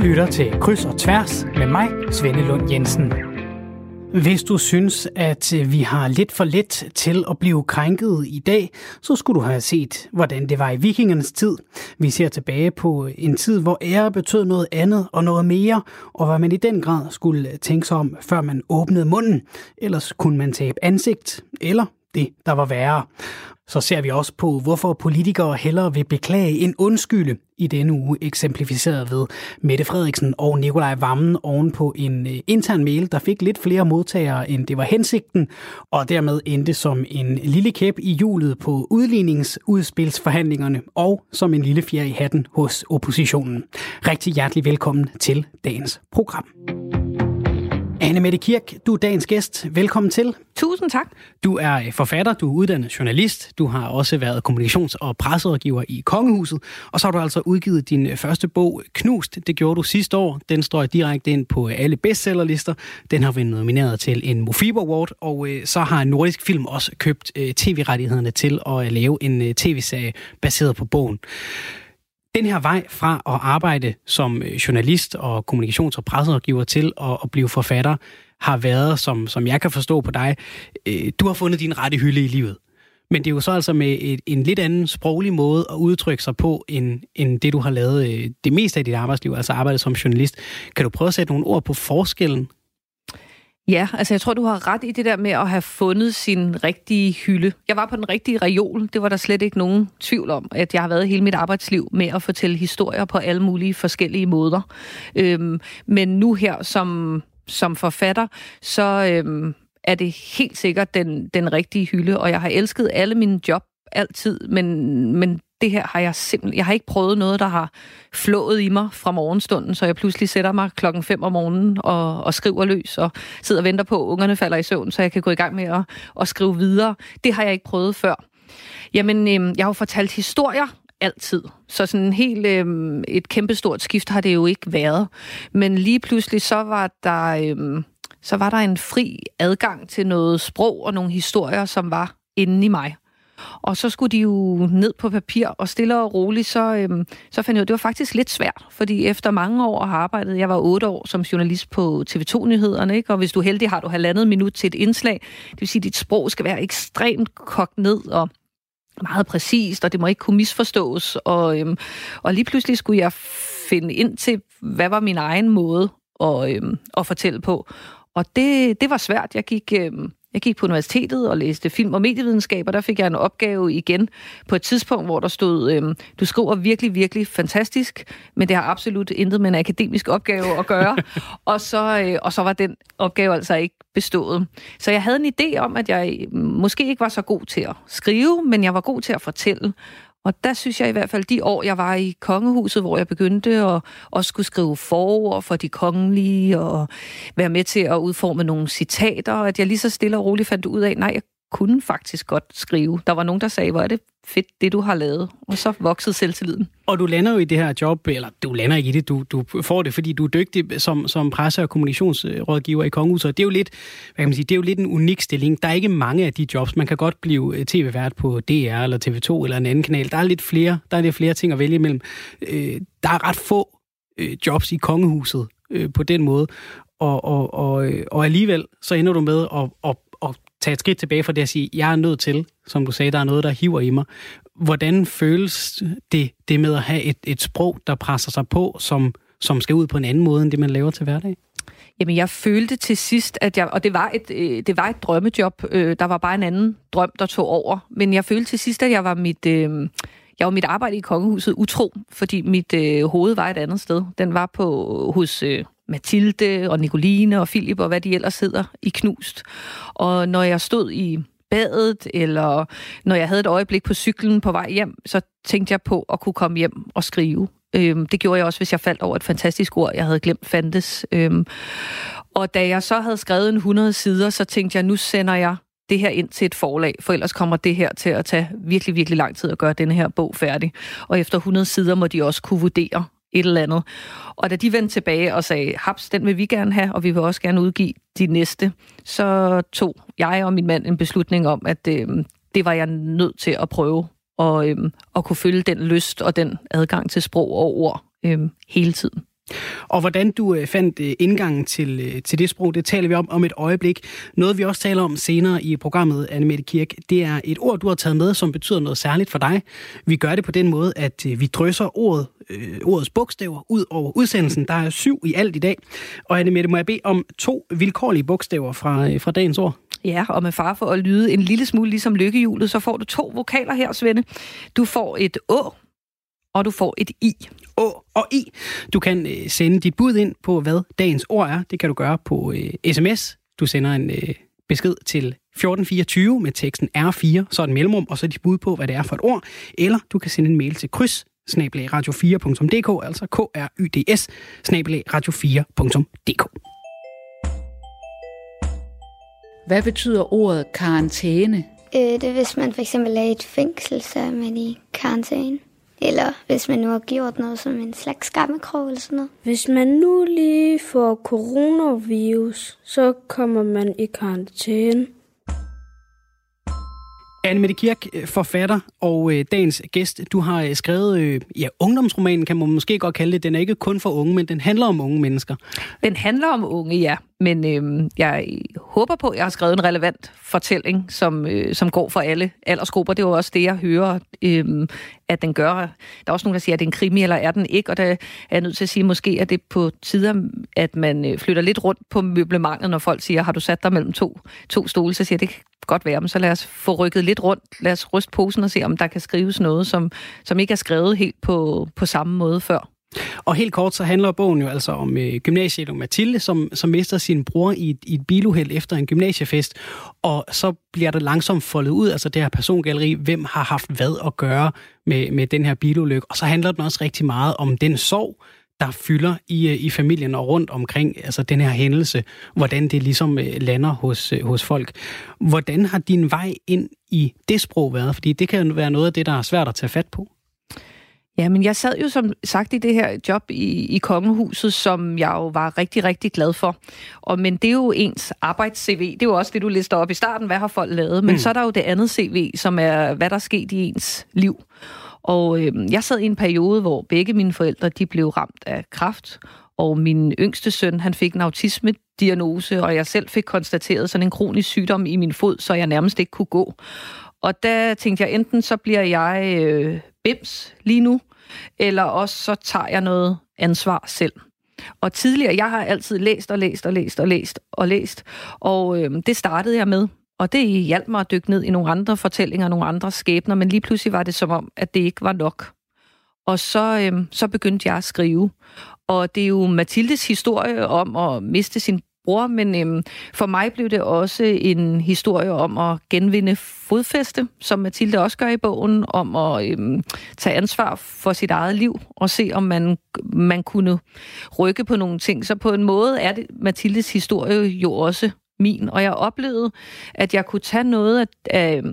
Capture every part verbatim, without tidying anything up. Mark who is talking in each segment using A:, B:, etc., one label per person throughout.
A: lytter til Kryds og Tværs med mig, Svende Lund Jensen. Hvis du synes, at vi har lidt for let til at blive krænket i dag, så skulle du have set, hvordan det var i vikingernes tid. Vi ser tilbage på en tid, hvor ære betød noget andet og noget mere, og hvor man i den grad skulle tænke sig om, før man åbnede munden. Ellers kunne man tabe ansigt, eller det, der var værre. Så ser vi også på, hvorfor politikere hellere vil beklage end undskylde, i denne uge eksemplificeret ved Mette Frederiksen og Nicolai Wammen oven på en intern mail, der fik lidt flere modtagere, end det var hensigten, og dermed endte som en lille kæp i hjulet på udligningsudspilsforhandlingerne og som en lille fjer i hatten hos oppositionen. Rigtig hjertelig velkommen til dagens program. Anne-Mette Kirk, du er dagens gæst. Velkommen til.
B: Tusind tak.
A: Du er forfatter, du er uddannet journalist, du har også været kommunikations- og presserådgiver i Kongehuset, og så har du altså udgivet din første bog, Knust. Det gjorde du sidste år. Den står direkte ind på alle bestsellerlister. Den har vi nomineret til en Mofibo Award, og så har Nordisk Film også købt tv-rettighederne til at lave en tv-serie baseret på bogen. Den her vej fra at arbejde som journalist og kommunikations- og presserådgiver til at, at blive forfatter, har været, som, som jeg kan forstå på dig, øh, du har fundet din rette hylde i livet. Men det er jo så altså med et, en lidt anden sproglig måde at udtrykke sig på, end, end det du har lavet øh, det meste af dit arbejdsliv, altså arbejdet som journalist. Kan du prøve at sætte nogle ord på forskellen?
B: Ja, altså jeg tror, du har ret i det der med at have fundet sin rigtige hylde. Jeg var på den rigtige reol. Det var der slet ikke nogen tvivl om, at jeg har været hele mit arbejdsliv med at fortælle historier på alle mulige forskellige måder. Øhm, men nu her som, som forfatter, så øhm, er det helt sikkert den, den rigtige hylde, og jeg har elsket alle mine job altid, men, men det her har jeg simpelthen... Jeg har ikke prøvet noget, der har flået i mig fra morgenstunden, så jeg pludselig sætter mig klokken fem om morgenen og, og skriver løs, og sidder og venter på, at ungerne falder i søvn, så jeg kan gå i gang med at, at skrive videre. Det har jeg ikke prøvet før. Jamen, øh, jeg har jo fortalt historier altid, så sådan helt øh, et kæmpestort skift har det jo ikke været. Men lige pludselig så var der, øh, så var der en fri adgang til noget sprog og nogle historier, som var inde i mig. Og så skulle de jo ned på papir, og stille og roligt, så, øhm, så fandt jeg ud, det var faktisk lidt svært, fordi efter mange år har arbejdet, jeg var otte år som journalist på T V to-nyhederne, ikke? Og hvis du er heldig, har du halvandet minut til et indslag. Det vil sige, at dit sprog skal være ekstremt kogt ned og meget præcist, og det må ikke kunne misforstås. Og, øhm, og lige pludselig skulle jeg finde ind til, hvad var min egen måde at, øhm, at fortælle på. Og det, det var svært. Jeg gik... Øhm, Jeg gik på universitetet og læste film- og medievidenskab, og der fik jeg en opgave igen på et tidspunkt, hvor der stod, øhm, du skriver virkelig, virkelig fantastisk, men det har absolut intet med en akademisk opgave at gøre. og, så, øh, og så var den opgave altså ikke bestået. Så jeg havde en idé om, at jeg måske ikke var så god til at skrive, men jeg var god til at fortælle. Og der synes jeg i hvert fald, de år, jeg var i Kongehuset, hvor jeg begyndte at også skulle skrive forord for de kongelige, og være med til at udforme nogle citater, at jeg lige så stille og roligt fandt ud af, nej, jeg kunne faktisk godt skrive. Der var nogen, der sagde, hvor er det fedt, det du har lavet. Og så voksede selvtilliden. Og
A: du lander jo i det her job, eller du lander ikke i det, du, du får det, fordi du er dygtig som, som presse- og kommunikationsrådgiver i Kongehuset. Det er jo lidt, hvad kan man sige, det er jo lidt en unik stilling. Der er ikke mange af de jobs. Man kan godt blive tv-vært på D R eller T V to eller en anden kanal. Der er lidt flere, der er lidt flere ting at vælge imellem. Øh, der er ret få øh, jobs i Kongehuset øh, på den måde. Og, og, og, og alligevel så ender du med at, at, at tage et skridt tilbage fra det at sige, jeg er nødt til, som du sagde, der er noget, der hiver i mig. Hvordan føles det, det med at have et, et sprog, der presser sig på, som, som skal ud på en anden måde, end det man laver til hverdag?
B: Jamen, jeg følte til sidst, at jeg... Og det var et, øh, det var et drømmejob. Øh, der var bare en anden drøm, der tog over. Men jeg følte til sidst, at jeg var mit... Øh, jeg var mit arbejde i Kongehuset utro, fordi mit øh, hoved var et andet sted. Den var på hos... Øh, Mathilde og Nicoline og Philip og hvad de ellers hedder i Knust. Og når jeg stod i badet, eller når jeg havde et øjeblik på cyklen på vej hjem, så tænkte jeg på at kunne komme hjem og skrive. Øhm, det gjorde jeg også, hvis jeg faldt over et fantastisk ord, jeg havde glemt fandtes. Øhm, og da jeg så havde skrevet en hundrede sider, så tænkte jeg, nu sender jeg det her ind til et forlag, for ellers kommer det her til at tage virkelig, virkelig lang tid at gøre denne her bog færdig. Og efter hundrede sider må de også kunne vurdere et eller andet. Og da de vendte tilbage og sagde, haps, den vil vi gerne have, og vi vil også gerne udgive de næste, så tog jeg og min mand en beslutning om, at øh, det var jeg nødt til at prøve, og, øh, at kunne følge den lyst og den adgang til sprog og ord øh, hele tiden.
A: Og hvordan du øh, fandt øh, indgangen til, øh, til det sprog, det taler vi om om et øjeblik. Noget vi også taler om senere i programmet, Annemette Kirk, det er et ord, du har taget med, som betyder noget særligt for dig. Vi gør det på den måde, at øh, vi drysser ordet, øh, ordets bogstaver ud over udsendelsen. Der er syv i alt i dag. Og Annemette, må jeg bede om to vilkårlige bogstaver fra, øh, fra dagens ord?
B: Ja, og med far for at lyde en lille smule ligesom lykkehjulet, så får du to vokaler her, Svende. Du får et å, og du får et i.
A: Å og i. Du kan øh, sende dit bud ind på, hvad dagens ord er. Det kan du gøre på øh, sms. Du sender en øh, besked til fjorten fireogtyve med teksten R fire, så et mellemrum, og så dit bud på, hvad det er for et ord. Eller du kan sende en mail til kryds snabel-a radio fire punktum d k, altså k r y d s snabel-a radio fire punktum d k.
C: Hvad betyder ordet karantæne?
D: Øh, det er, hvis man for eksempel er i et fængsel, så er man i karantæne. Eller hvis man nu har gjort noget som en slags skammekrog eller sådan noget.
E: Hvis man nu lige får coronavirus, så kommer man i karantæne.
A: Annemette Kirk, forfatter og øh, dagens gæst. Du har øh, skrevet øh, ja, ungdomsromanen, kan man måske godt kalde det. Den er ikke kun for unge, men den handler om unge mennesker.
B: Den handler om unge, ja. Men øh, jeg håber på, at jeg har skrevet en relevant fortælling, som, øh, som går for alle aldersgrupper. Det er jo også det, jeg hører, øh, at den gør. Der er også nogen, der siger, at det er en krimi, eller er den ikke? Og der er jeg nødt til at sige, måske er det på tider, at man flytter lidt rundt på møblementet, når folk siger, har du sat dig mellem to, to stole? Så siger det godt være, men så lad os få rykket lidt rundt. Lad os ryste posen og se, om der kan skrives noget, som, som ikke er skrevet helt på, på samme måde før.
A: Og helt kort, så handler bogen jo altså om øh, gymnasieelev Mathilde, som, som mister sin bror i et, i et biluheld efter en gymnasiefest. Og så bliver det langsomt foldet ud, altså det her persongalleri, hvem har haft hvad at gøre med, med den her bilulykke. Og så handler den også rigtig meget om den sorg, der fylder i, i familien og rundt omkring altså den her hændelse, hvordan det ligesom lander hos, hos folk. Hvordan har din vej ind i det sprog været? Fordi det kan jo være noget af det, der er svært at tage fat på.
B: Ja, men jeg sad jo som sagt i det her job i, i Kongehuset, som jeg jo var rigtig, rigtig glad for. Og, men det er jo ens arbejds-C V. Det er jo også det, du lister op i starten. Hvad har folk lavet? Men mm. så er der jo det andet C V, som er, hvad der er sket i ens liv. Og øh, jeg sad i en periode, hvor begge mine forældre, de blev ramt af kræft. Og min yngste søn, han fik en autisme-diagnose, og jeg selv fik konstateret sådan en kronisk sygdom i min fod, så jeg nærmest ikke kunne gå. Og der tænkte jeg, enten så bliver jeg øh, bims lige nu, eller også så tager jeg noget ansvar selv. Og tidligere, jeg har altid læst og læst og læst og læst og læst, og øh, det startede jeg med. Og det hjalp mig at dykke ned i nogle andre fortællinger, nogle andre skæbner, men lige pludselig var det som om, at det ikke var nok. Og så, øh, så begyndte jeg at skrive. Og det er jo Mathildes historie om at miste sin bror, men øhm, for mig blev det også en historie om at genvinde fodfæste, som Mathilde også gør i bogen, om at øhm, tage ansvar for sit eget liv og se, om man, man kunne rykke på nogle ting. Så på en måde er det Mathildes historie jo også min, og jeg oplevede, at jeg kunne tage noget af, af,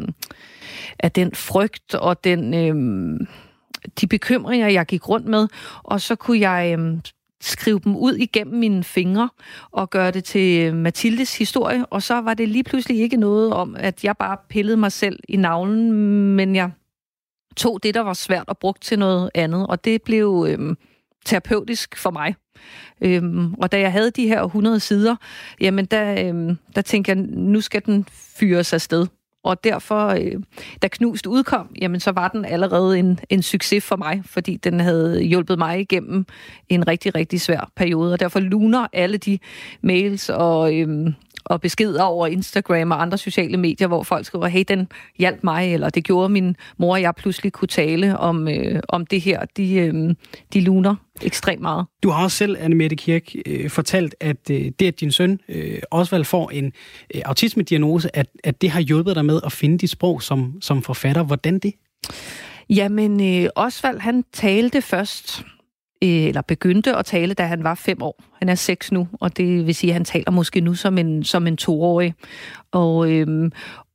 B: af den frygt og den, øhm, de bekymringer, jeg gik rundt med, og så kunne jeg øhm, skrive dem ud igennem mine fingre og gøre det til Mathildes historie, og så var det lige pludselig ikke noget om, at jeg bare pillede mig selv i navlen, men jeg tog det, der var svært og brugt til noget andet, og det blev øhm, terapeutisk for mig. Øhm, og da jeg havde de her hundrede sider, jamen der, øhm, der tænkte jeg, nu skal den fyres afsted. Og derfor, øh, da Knust udkom, jamen så var den allerede en, en succes for mig, fordi den havde hjulpet mig igennem en rigtig, rigtig svær periode. Og derfor luner alle de mails og, øh, og beskeder over Instagram og andre sociale medier, hvor folk skriver, hey, den hjalp mig, eller det gjorde min mor, og jeg pludselig kunne tale om, øh, om det her. De, øh, de luner ekstremt meget.
A: Du har også selv, Annemette Kirk, øh, fortalt, at øh, det, at din søn øh, Osvald får en øh, autisme-diagnose, at, at det har hjulpet dig med at finde dit sprog som, som forfatter. Hvordan det?
B: Jamen, øh, Osvald, han talte først, øh, eller begyndte at tale, da han var fem år. Han er seks nu, og det vil sige, at han taler måske nu som en, som en toårig. Og øh,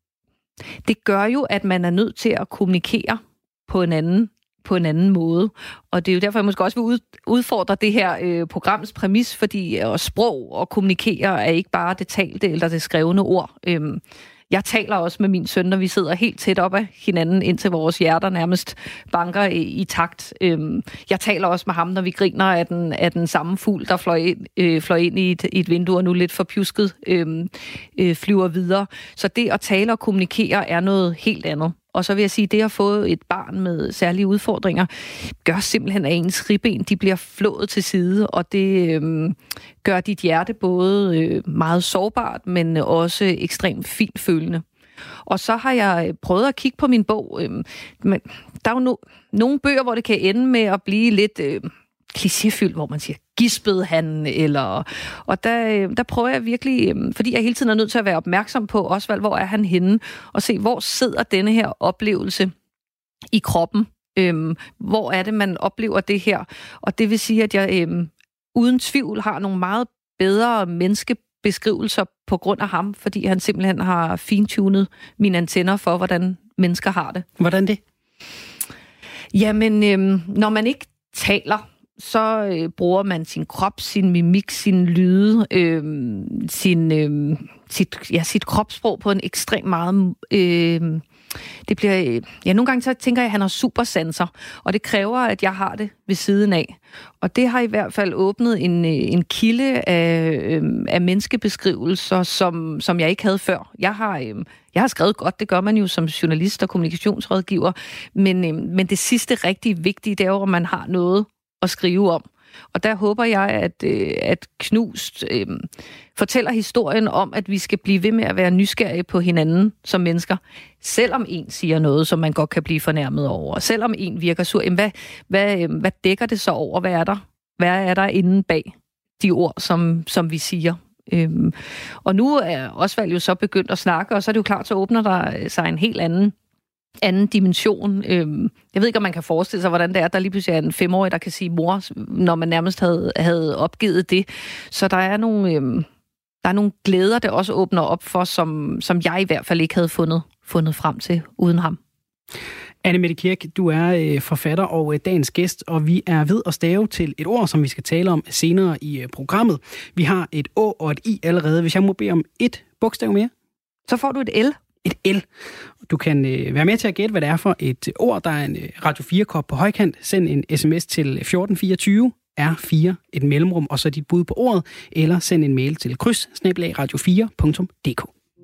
B: det gør jo, at man er nødt til at kommunikere på en anden på en anden måde. Og det er jo derfor, jeg måske også vil udfordre det her øh, programs præmis, fordi øh, sprog og kommunikere er ikke bare det talte eller det skrevne ord. Øhm, Jeg taler også med min søn, når vi sidder helt tæt op af hinanden, indtil vores hjerter nærmest banker i, i takt. Øhm, jeg taler også med ham, når vi griner af den, af den samme fugl, der fløj ind, øh, fløj ind i, et, i et vindue, og nu lidt for pjusket øh, øh, flyver videre. Så det at tale og kommunikere er noget helt andet. Og så vil jeg sige, at det at få et barn med særlige udfordringer, gør simpelthen, at ens ribben de bliver flået til side, og det øh, gør dit hjerte både øh, meget sårbart, men også ekstremt fintfølende. Og så har jeg prøvet at kigge på min bog. Øh, men der er jo no- nogle bøger, hvor det kan ende med at blive lidt øh, klichéfyldt, hvor man siger, gispede han, eller... Og der, der prøver jeg virkelig, fordi jeg hele tiden er nødt til at være opmærksom på, Osvald, hvor er han henne, og se, hvor sidder denne her oplevelse i kroppen? Øhm, hvor er det, man oplever det her? Og det vil sige, at jeg øhm, uden tvivl har nogle meget bedre menneskebeskrivelser på grund af ham, fordi han simpelthen har fintunet mine antenner for, hvordan mennesker har det.
A: Hvordan det?
B: Jamen, øhm, når man ikke taler, så øh, bruger man sin krop, sin mimik, sin lyde, øh, sin, øh, sit, ja, sit kropssprog på en ekstremt meget... Øh, det bliver, ja, nogle gange så tænker jeg, at han har supersanser, og det kræver, at jeg har det ved siden af. Og det har i hvert fald åbnet en, en kilde af, øh, af menneskebeskrivelser, som, som jeg ikke havde før. Jeg har, øh, jeg har skrevet godt, det gør man jo som journalist og kommunikationsrådgiver, men, øh, men det sidste rigtig vigtige, det er jo, at man har noget at skrive om. Og der håber jeg, at, øh, at Knust øh, fortæller historien om, at vi skal blive ved med at være nysgerrige på hinanden som mennesker, selvom en siger noget, som man godt kan blive fornærmet over. Selvom en virker sur, jamen hvad, hvad, øh, hvad dækker det så over? Hvad er der, hvad er der inde bag de ord, som, som vi siger? Øhm, og nu er Osvald jo så begyndt at snakke, og så er det jo klart, så åbner der sig en helt anden anden dimension. Øhm, jeg ved ikke, om man kan forestille sig, hvordan det er, der lige pludselig er en femårig, der kan sige mor, når man nærmest havde, havde opgivet det. Så der er nogle, øhm, der er nogle glæder, der også åbner op for, som, som jeg i hvert fald ikke havde fundet, fundet frem til uden ham.
A: Annemette Kirk, du er forfatter og dagens gæst, og vi er ved at stave til et ord, som vi skal tale om senere i programmet. Vi har et Å og et I allerede. Hvis jeg må bede om et bogstav mere,
B: så får du et L.
A: Et L. Du kan øh, være med til at gætte, hvad det er for et ord. Der er en øh, Radio fire-kop på højkant. Send en sms til fjorten fireogtyve, R fire, et mellemrum, og så dit bud på ordet, eller send en mail til kryds snabel-a radio fire punktum d k.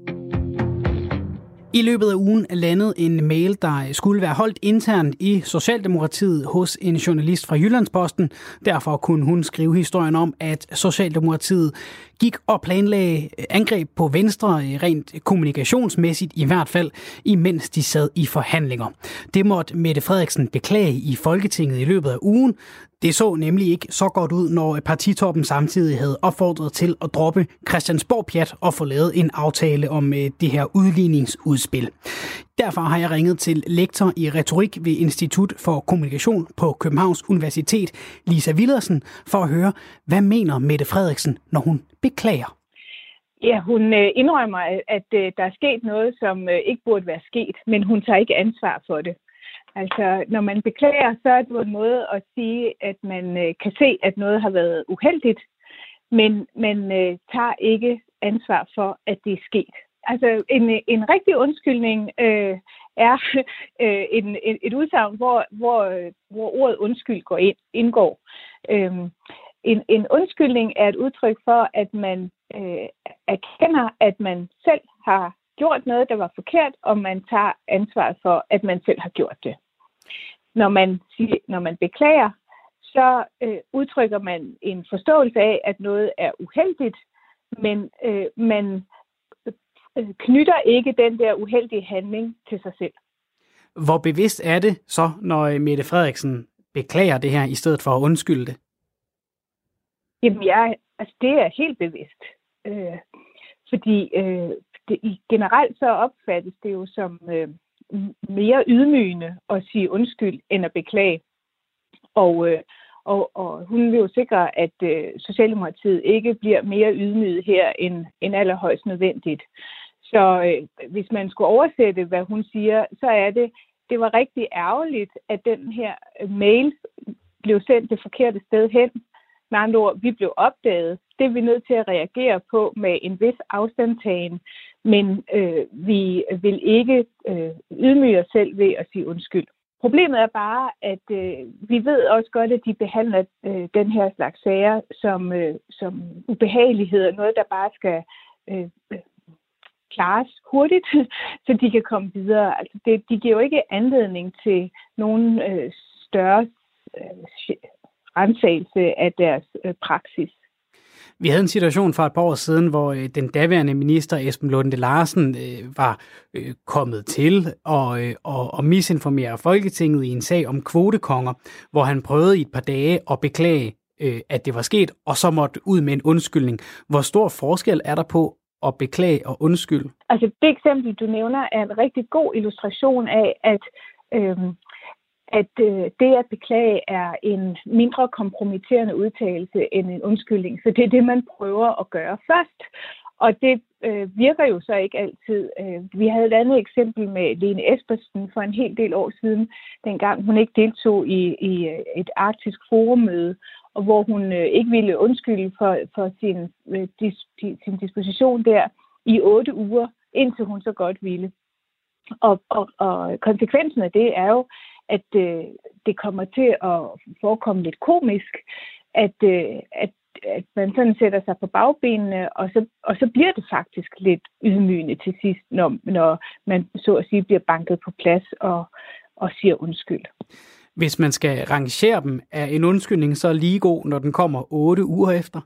A: I løbet af ugen er landet en mail, der skulle være holdt internt i Socialdemokratiet hos en journalist fra Jyllandsposten. Derfor kunne hun skrive historien om, at Socialdemokratiet gik og planlagde angreb på Venstre, rent kommunikationsmæssigt i hvert fald, imens de sad i forhandlinger. Det måtte Mette Frederiksen beklage i Folketinget i løbet af ugen. Det så nemlig ikke så godt ud, når partitoppen samtidig havde opfordret til at droppe Christiansborg-pjat og få lavet en aftale om det her udligningsudspil. Derfor har jeg ringet til lektor i retorik ved Institut for Kommunikation på Københavns Universitet, Lisa Villersen, for at høre, hvad mener Mette Frederiksen, når hun beklager?
F: Ja, hun indrømmer, at der er sket noget, som ikke burde være sket, men hun tager ikke ansvar for det. Altså, når man beklager, så er det en måde at sige, at man øh, kan se, at noget har været uheldigt, men man øh, tager ikke ansvar for, at det er sket. Altså, en, en rigtig undskyldning øh, er øh, en, et, et udsagn, hvor, hvor, hvor ordet undskyld går ind, indgår. Øhm, en, en undskyldning er et udtryk for, at man øh, erkender, at man selv har gjort noget, der var forkert, og man tager ansvar for, at man selv har gjort det. Når man, siger, når man beklager, så øh, udtrykker man en forståelse af, at noget er uheldigt, men øh, man øh, knytter ikke den der uheldige handling til sig selv.
A: Hvor bevidst er det så, når Mette Frederiksen beklager det her, i stedet for at undskylde det?
F: Jamen, jeg, altså, det er helt bevidst. Øh, fordi øh, det, generelt så opfattes det jo som øh, mere ydmygende at sige undskyld, end at beklage. Og, øh, og, og hun vil jo sikre, at øh, Socialdemokratiet ikke bliver mere ydmyget her end, end allerhøjst nødvendigt. Så øh, hvis man skulle oversætte, hvad hun siger, så er det, det var rigtig ærgerligt, at den her mail blev sendt det forkerte sted hen. Med andre ord, vi blev opdaget. Det er vi nødt til at reagere på med en vis afstandtagen. Men øh, vi vil ikke øh, ydmyge os selv ved at sige undskyld. Problemet er bare, at øh, vi ved også godt, at de behandler øh, den her slags sager som, øh, som ubehageligheder, noget der bare skal øh, klares hurtigt, så de kan komme videre. Altså det, de giver jo ikke anledning til nogen øh, større øh, rensagelse af deres øh, praksis.
A: Vi havde en situation for et par år siden, hvor øh, den daværende minister Esben Lunde Larsen øh, var øh, kommet til og, øh, og, og misinformere Folketinget i en sag om kvotekonger, hvor han prøvede i et par dage at beklage, øh, at det var sket, og så måtte ud med en undskyldning. Hvor stor forskel er der på at beklage og undskylde?
F: Altså det eksempel, du nævner, er en rigtig god illustration af, at øh, at øh, det at beklage er en mindre kompromitterende udtalelse end en undskyldning. Så det er det, man prøver at gøre først. Og det øh, virker jo så ikke altid. Øh, vi havde et andet eksempel med Lene Espersen for en hel del år siden, dengang hun ikke deltog i, i et arktisk forummøde, og hvor hun øh, ikke ville undskylde for, for sin, øh, dis, sin disposition der i otte uger, indtil hun så godt ville. Og, og, og konsekvensen af det er jo, at øh, det kommer til at forekomme lidt komisk, at, øh, at, at man sådan sætter sig på bagbenene, og så, og så bliver det faktisk lidt ydmygende til sidst, når, når man så at sige bliver banket på plads og, og siger undskyld.
A: Hvis man skal rangere dem, er en undskyldning så lige god, når den kommer otte uger efter?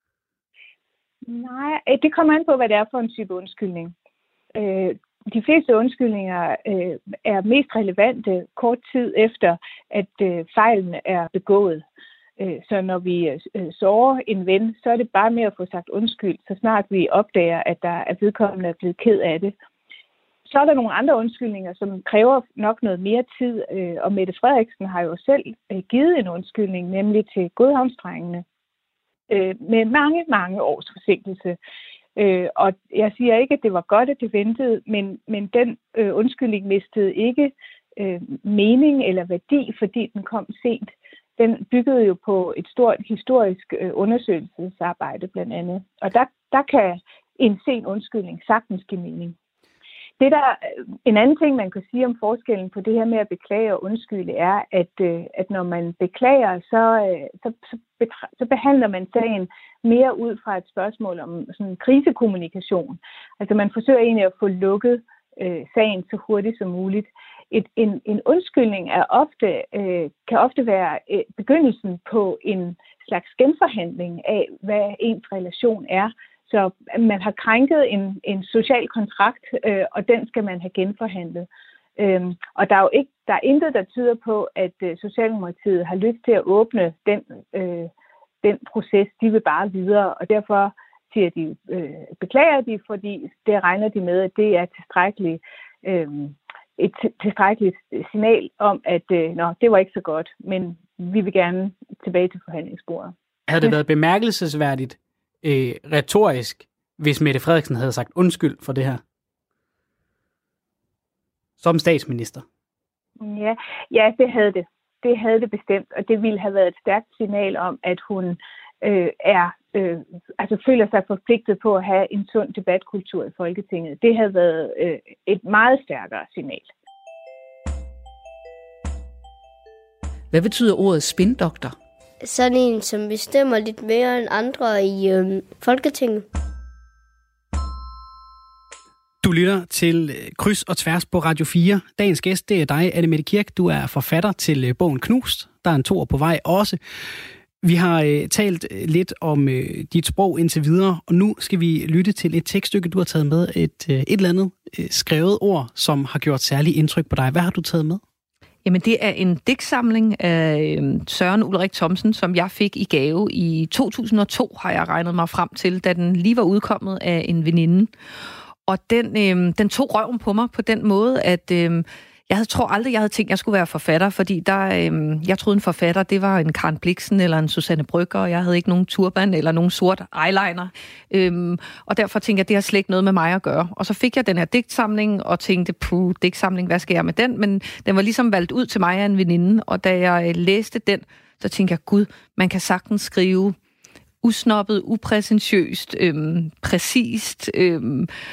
F: Nej, det kommer an på, hvad det er for en type undskyldning. Øh, De fleste undskyldninger øh, er mest relevante kort tid efter, at øh, fejlen er begået. Øh, så når vi øh, sårer en ven, så er det bare med at få sagt undskyld, så snart vi opdager, at der er vedkommende er blevet ked af det. Så er der nogle andre undskyldninger, som kræver nok noget mere tid, øh, og Mette Frederiksen har jo selv øh, givet en undskyldning, nemlig til Godhavnsdrengene, øh, med mange, mange års forsinkelse. Øh, og jeg siger ikke, at det var godt, at det ventede, men, men den øh, undskyldning mistede ikke øh, mening eller værdi, fordi den kom sent. Den byggede jo på et stort historisk øh, undersøgelsesarbejde blandt andet. Og der, der kan en sen undskyldning sagtens give mening. Det der, en anden ting, man kan sige om forskellen på det her med at beklage og undskylde, er, at, øh, at når man beklager, så, øh, så, så, betra- så behandler man sagen mere ud fra et spørgsmål om sådan krisekommunikation. Altså man forsøger egentlig at få lukket øh, sagen så hurtigt som muligt. Et, en, en undskyldning er ofte, øh, kan ofte være øh, begyndelsen på en slags genforhandling af, hvad ens relation er. Så man har krænket en, en social kontrakt, øh, og den skal man have genforhandlet. Øhm, og der er jo ikke, der er intet, der tyder på, at øh, Socialdemokratiet har lyst til at åbne den, øh, den proces. De vil bare videre, og derfor siger de, øh, beklager de, fordi det regner de med, at det er tilstrækkeligt, øh, et tilstrækkeligt signal om, at øh, nå, det var ikke så godt, men vi vil gerne tilbage til forhandlingsbordet.
A: Havde det været bemærkelsesværdigt øh, retorisk, hvis Mette Frederiksen havde sagt undskyld for det her? Som statsminister?
F: Ja, ja, det havde det. Det havde det bestemt, og det ville have været et stærkt signal om, at hun øh, er, øh, altså føler sig forpligtet på at have en sund debatkultur i Folketinget. Det havde været øh, et meget stærkere signal.
C: Hvad betyder ordet spindoktor?
G: Sådan en, som bestemmer lidt mere end andre i øh, Folketinget.
A: Du lytter til Kryds og Tværs på Radio fire. Dagens gæst, det er dig, Anne Mette Kirk. Du er forfatter til bogen Knust. Der er en toer på vej også. Vi har øh, talt lidt om øh, dit sprog indtil videre, og nu skal vi lytte til et tekststykke, du har taget med. Et, øh, et eller andet øh, skrevet ord, som har gjort særlig indtryk på dig. Hvad har du taget med?
B: Jamen, det er en digtsamling af Søren Ulrik Thomsen, som jeg fik i gave i to tusind og to, har jeg regnet mig frem til, da den lige var udkommet af en veninde. Og den, øh, den tog røven på mig på den måde, at øh, jeg havde, tror aldrig, jeg havde tænkt, at jeg skulle være forfatter, fordi der, øh, jeg troede, en forfatter, det var en Karen Blixen eller en Susanne Brøgger, og jeg havde ikke nogen turban eller nogen sort eyeliner. Øh, og derfor tænkte jeg, det har slet ikke noget med mig at gøre. Og så fik jeg den her digtsamling og tænkte, puh, digtsamling, hvad skal jeg med den? Men den var ligesom valgt ud til mig af en veninde, og da jeg læste den, så tænkte jeg, gud, man kan sagtens skrive usnoppet, upræsentiøst, øhm, præcist, øhm,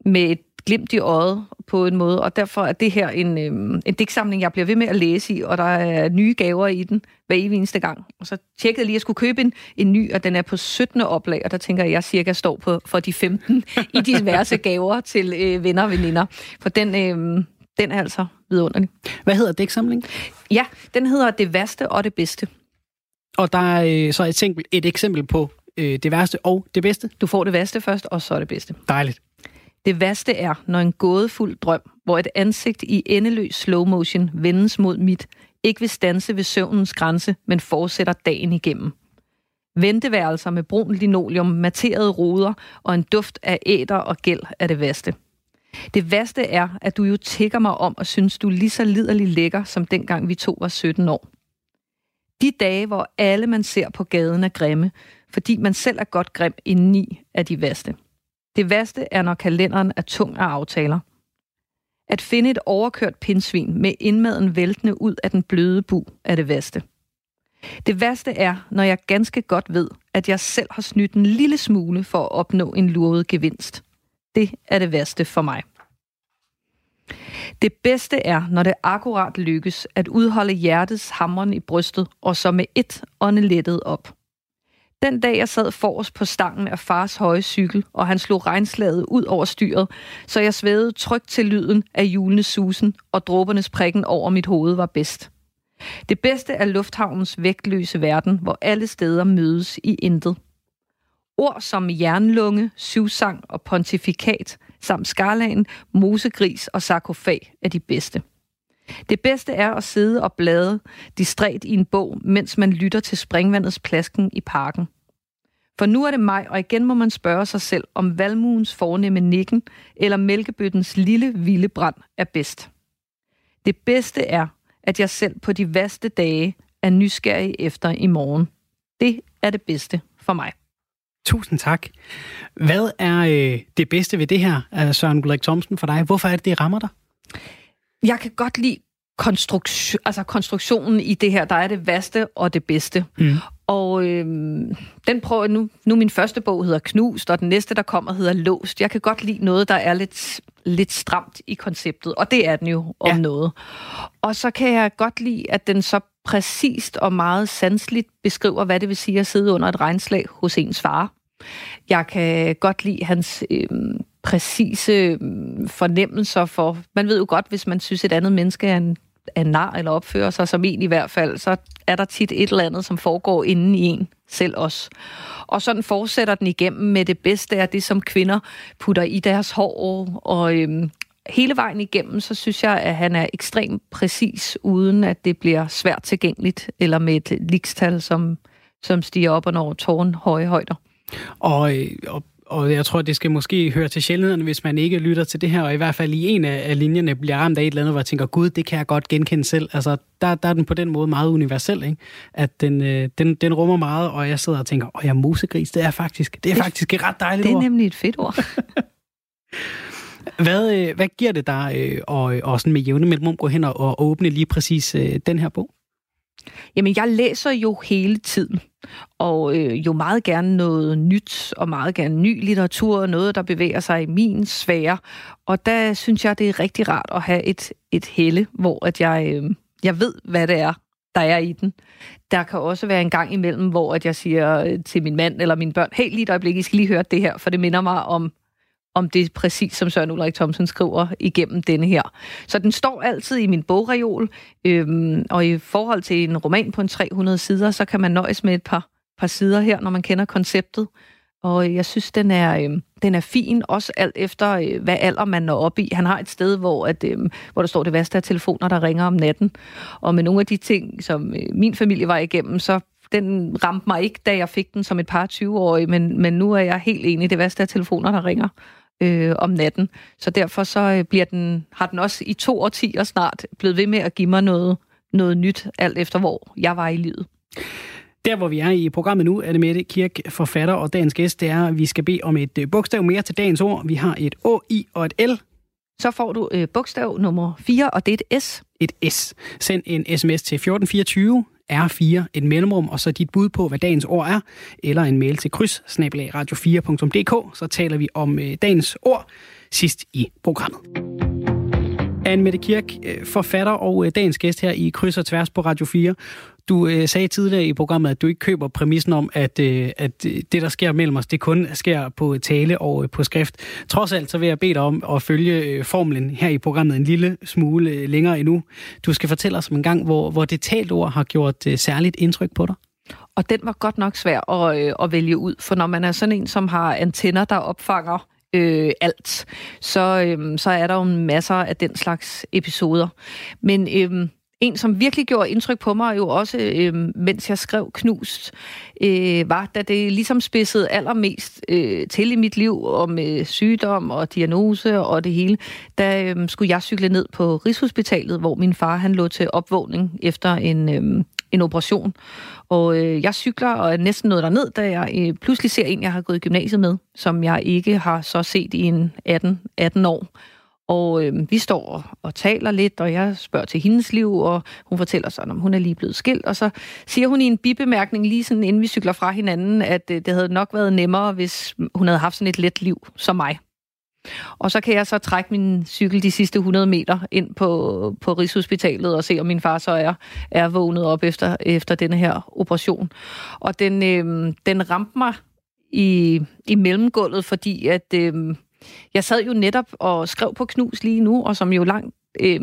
B: med et glimt i øjet på en måde, og derfor er det her en, øhm, en digtsamling, jeg bliver ved med at læse i, og der er nye gaver i den hver evig eneste gang. Og så tjekkede jeg lige, at jeg skulle købe en, en ny, og den er på syttende oplag, og der tænker jeg, at jeg cirka står på for de femten i diverse gaver til øh, venner og veninder. For den, øh, den er altså vidunderlig.
A: Hvad hedder digtsamlingen?
B: Ja, den hedder Det Værste og Det Bedste.
A: Og der er øh, så et eksempel, et eksempel på øh, det værste og det bedste?
B: Du får det værste først, og så det bedste.
A: Dejligt.
B: Det værste er, når en gådefuld drøm, hvor et ansigt i endeløs slow motion vendes mod mit, ikke vil standse ved søvnens grænse, men fortsætter dagen igennem. Venteværelser med brun linoleum, matterede ruder og en duft af æter og gæld er det værste. Det værste er, at du jo tigger mig om og synes, du er lige så liderlig lækker, som dengang vi to var sytten år. De dage, hvor alle man ser på gaden er grimme, fordi man selv er godt grim indeni, er de værste. Det værste er, når kalenderen er tung af aftaler. At finde et overkørt pindsvin med indmaden væltende ud af den bløde bu er det værste. Det værste er, når jeg ganske godt ved, at jeg selv har snydt en lille smule for at opnå en luret gevinst. Det er det værste for mig. Det bedste er, når det akkurat lykkes at udholde hjertets hamren i brystet og så med et ånde lettet op. Den dag, jeg sad forrest på stangen af fars høje cykel, og han slog regnslaget ud over styret, så jeg svævede trygt til lyden af julenes susen, og dråbernes prikken over mit hoved var bedst. Det bedste er lufthavnens vægtløse verden, hvor alle steder mødes i intet. Ord som jernlunge, syvsang og pontifikat, samt skalaen, mosegris og sarkofag er de bedste. Det bedste er at sidde og blade distræt i en bog, mens man lytter til springvandets plasken i parken. For nu er det maj, og igen må man spørge sig selv, om valmuens fornemme nikken eller mælkebøttens lille vilde brand er bedst. Det bedste er, at jeg selv på de værste dage er nysgerrig efter i morgen. Det er det bedste for mig.
A: Tusind tak. Hvad er øh, det bedste ved det her, Søren Ulrik Thomsen, for dig? Hvorfor er det, det rammer dig?
B: Jeg kan godt lide konstruktion, altså konstruktionen i det her. Der er det værste og det bedste. Mm. Og øh, den prøver nu. Nu min første bog hedder Knust, og den næste, der kommer, hedder Låst. Jeg kan godt lide noget, der er lidt, lidt stramt i konceptet, og det er den jo om ja. noget. Og så kan jeg godt lide, at den så præcist og meget sanseligt beskriver, hvad det vil sige at sidde under et regnslag hos ens far. Jeg kan godt lide hans øh, præcise øh, fornemmelser for... Man ved jo godt, hvis man synes, et andet menneske er en, er nar eller opfører sig som en i hvert fald, så er der tit et eller andet, som foregår inden i en selv også. Og sådan fortsætter den igennem med det bedste af det, som kvinder putter i deres hår. Og øh, hele vejen igennem, så synes jeg, at han er ekstremt præcis, uden at det bliver svært tilgængeligt, eller med et likstal, som, som stiger op og når tårnhøje højder. Og,
A: og, og jeg tror, det skal måske høre til sjældenheden, hvis man ikke lytter til det her, og i hvert fald i en af linjerne bliver ramt af et eller andet, hvor jeg tænker, gud, det kan jeg godt genkende selv. Altså, der, der er den på den måde meget universel, ikke? At den, den, den rummer meget, og jeg sidder og tænker, åh, jeg mosegris, det er faktisk, det er det, faktisk et ret dejligt
B: ord.
A: ord.
B: Det er nemlig et fedt ord.
A: hvad, hvad giver det dig, og, og sådan med jævne mellemrum gå hen og, og åbne lige præcis den her bog?
B: Jamen, jeg læser jo hele tiden, og øh, jo meget gerne noget nyt, og meget gerne ny litteratur, noget, der bevæger sig i min sfære. Og der synes jeg, det er rigtig rart at have et, et helle, hvor at jeg, øh, jeg ved, hvad det er, der er i den. Der kan også være en gang imellem, hvor at jeg siger til min mand eller mine børn, hey, lige et øjeblik, I skal lige høre det her, for det minder mig om om det præcis, som Søren Ulrik Thomsen skriver igennem denne her. Så den står altid i min bogreol, øhm, og i forhold til en roman på en tre hundrede sider, så kan man nøjes med et par, par sider her, når man kender konceptet. Og jeg synes, den er, øhm, den er fin, også alt efter, øh, hvad alder man når op i. Han har et sted, hvor, at, øhm, hvor der står det værste af telefoner, der ringer om natten. Og med nogle af de ting, som øh, min familie var igennem, så den ramte mig ikke, da jeg fik den som et par tyve-årig, men, men nu er jeg helt enig, det værste af telefoner, der ringer Øh, om natten. Så derfor så øh, bliver den, har den også i to årtier snart blevet ved med at give mig noget, noget nyt, alt efter hvor jeg var i livet.
A: Der, hvor vi er i programmet nu, er det Mette Kirk, forfatter, og dagens gæst, det er, at vi skal bede om et øh, bogstav mere til dagens ord. Vi har et Å, I og et L.
B: Så får du øh, bogstav nummer fire, og det er et S.
A: Et S. Send en sms til fjorten fireogtyve. R fire, et mellemrum, og så dit bud på, hvad dagens ord er, eller en mail til kryds snabel-a radio fire punktum d k, så taler vi om øh, dagens ord sidst i programmet. Anne-Mette Kirk, forfatter og dagens gæst her i Kryds og Tværs på Radio fire. Du øh, sagde tidligere i programmet, at du ikke køber præmissen om, at, øh, at det, der sker mellem os, det kun sker på tale og øh, på skrift. Trods alt, så vil jeg bede dig om at følge øh, formlen her i programmet en lille smule øh, længere endnu. Du skal fortælle os om en gang, hvor, hvor det talt ord har gjort øh, særligt indtryk på dig.
B: Og den var godt nok svær at, øh, at vælge ud, for når man er sådan en, som har antenner, der opfanger Øh, alt, så, øh, så er der jo masser af den slags episoder. Men øh, en, som virkelig gjorde indtryk på mig, jo også, øh, mens jeg skrev Knust, øh, var, da det ligesom spidsede allermest øh, til i mit liv, om øh, sygdom og diagnose og det hele, da øh, skulle jeg cykle ned på Rigshospitalet, hvor min far han lå til opvågning efter en, øh, en operation. Og øh, jeg cykler og er næsten nået derned, da jeg øh, pludselig ser en, jeg har gået i gymnasiet med, som jeg ikke har så set i en atten, atten år. Og øh, vi står og, og taler lidt, og jeg spørger til hendes liv, og hun fortæller sådan, om hun er lige blevet skilt. Og så siger hun i en bibemærkning, lige sådan inden vi cykler fra hinanden, at øh, det havde nok været nemmere, hvis hun havde haft sådan et let liv som mig. Og så kan jeg så trække min cykel de sidste hundrede meter ind på, på Rigshospitalet og se, om min far så er, er vågnet op efter, efter denne her operation. Og den, øh, den ramte mig i, i mellemgulvet, fordi at, øh, jeg sad jo netop og skrev på Knus lige nu, og som jo langt, øh,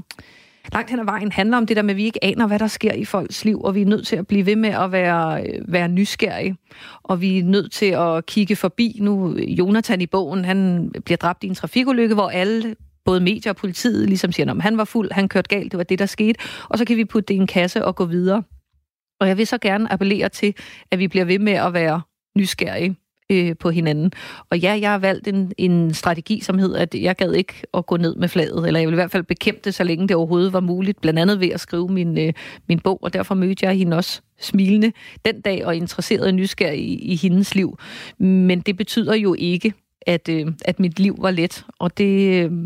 B: langt hen ad vejen handler om det der med, at vi ikke aner, hvad der sker i folks liv, og vi er nødt til at blive ved med at være, være nysgerrige, og vi er nødt til at kigge forbi. Nu, Jonathan i bogen, han bliver dræbt i en trafikulykke, hvor alle, både medier og politiet, ligesom siger, at han var fuld, han kørte galt, det var det, der skete, og så kan vi putte det i en kasse og gå videre. Og jeg vil så gerne appellere til, at vi bliver ved med at være nysgerrige øh, på hinanden. Og ja, jeg har valgt en, en strategi, som hedder, at jeg gad ikke at gå ned med flaget, eller jeg vil i hvert fald bekæmpe det, så længe det overhovedet var muligt, blandt andet ved at skrive min, øh, min bog, og derfor mødte jeg hende også smilende den dag, og interesseret og nysgerrig i, i hendes liv. Men det betyder jo ikke, at, øh, at mit liv var let, og det, øh,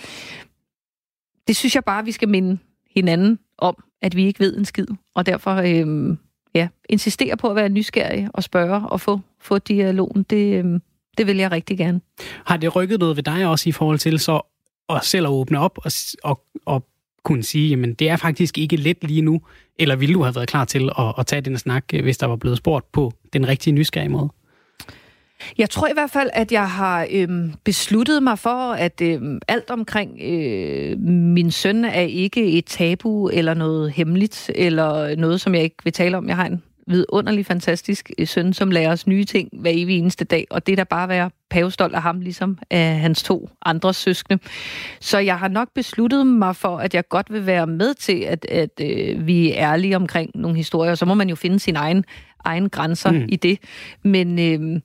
B: det synes jeg bare, vi skal minde hinanden om, at vi ikke ved en skid, og derfor øh, ja, insistere på at være nysgerrig og spørge og få, få dialogen. Det, øh, det vil jeg rigtig gerne. Har det rykket noget ved dig også i forhold til så at selv at åbne op og, og, og kunne sige, jamen det er faktisk ikke let lige nu, eller ville du have været klar til at, at tage den snak, hvis der var blevet spurgt på den rigtige nysgerrige måde? Jeg tror i hvert fald, at jeg har øhm, besluttet mig for, at øhm, alt omkring øh, min søn er ikke et tabu eller noget hemmeligt, eller noget, som jeg ikke vil tale om. Jeg har en vidunderlig, fantastisk søn, som lærer os nye ting hver evig eneste dag, og det er da bare at være pavestolt af ham, ligesom af hans to andre søskende. Så jeg har nok besluttet mig for, at jeg godt vil være med til, at, at øh, vi er ærlige omkring nogle historier. Så må man jo finde sin egen, egen grænser mm. i det. Men øh,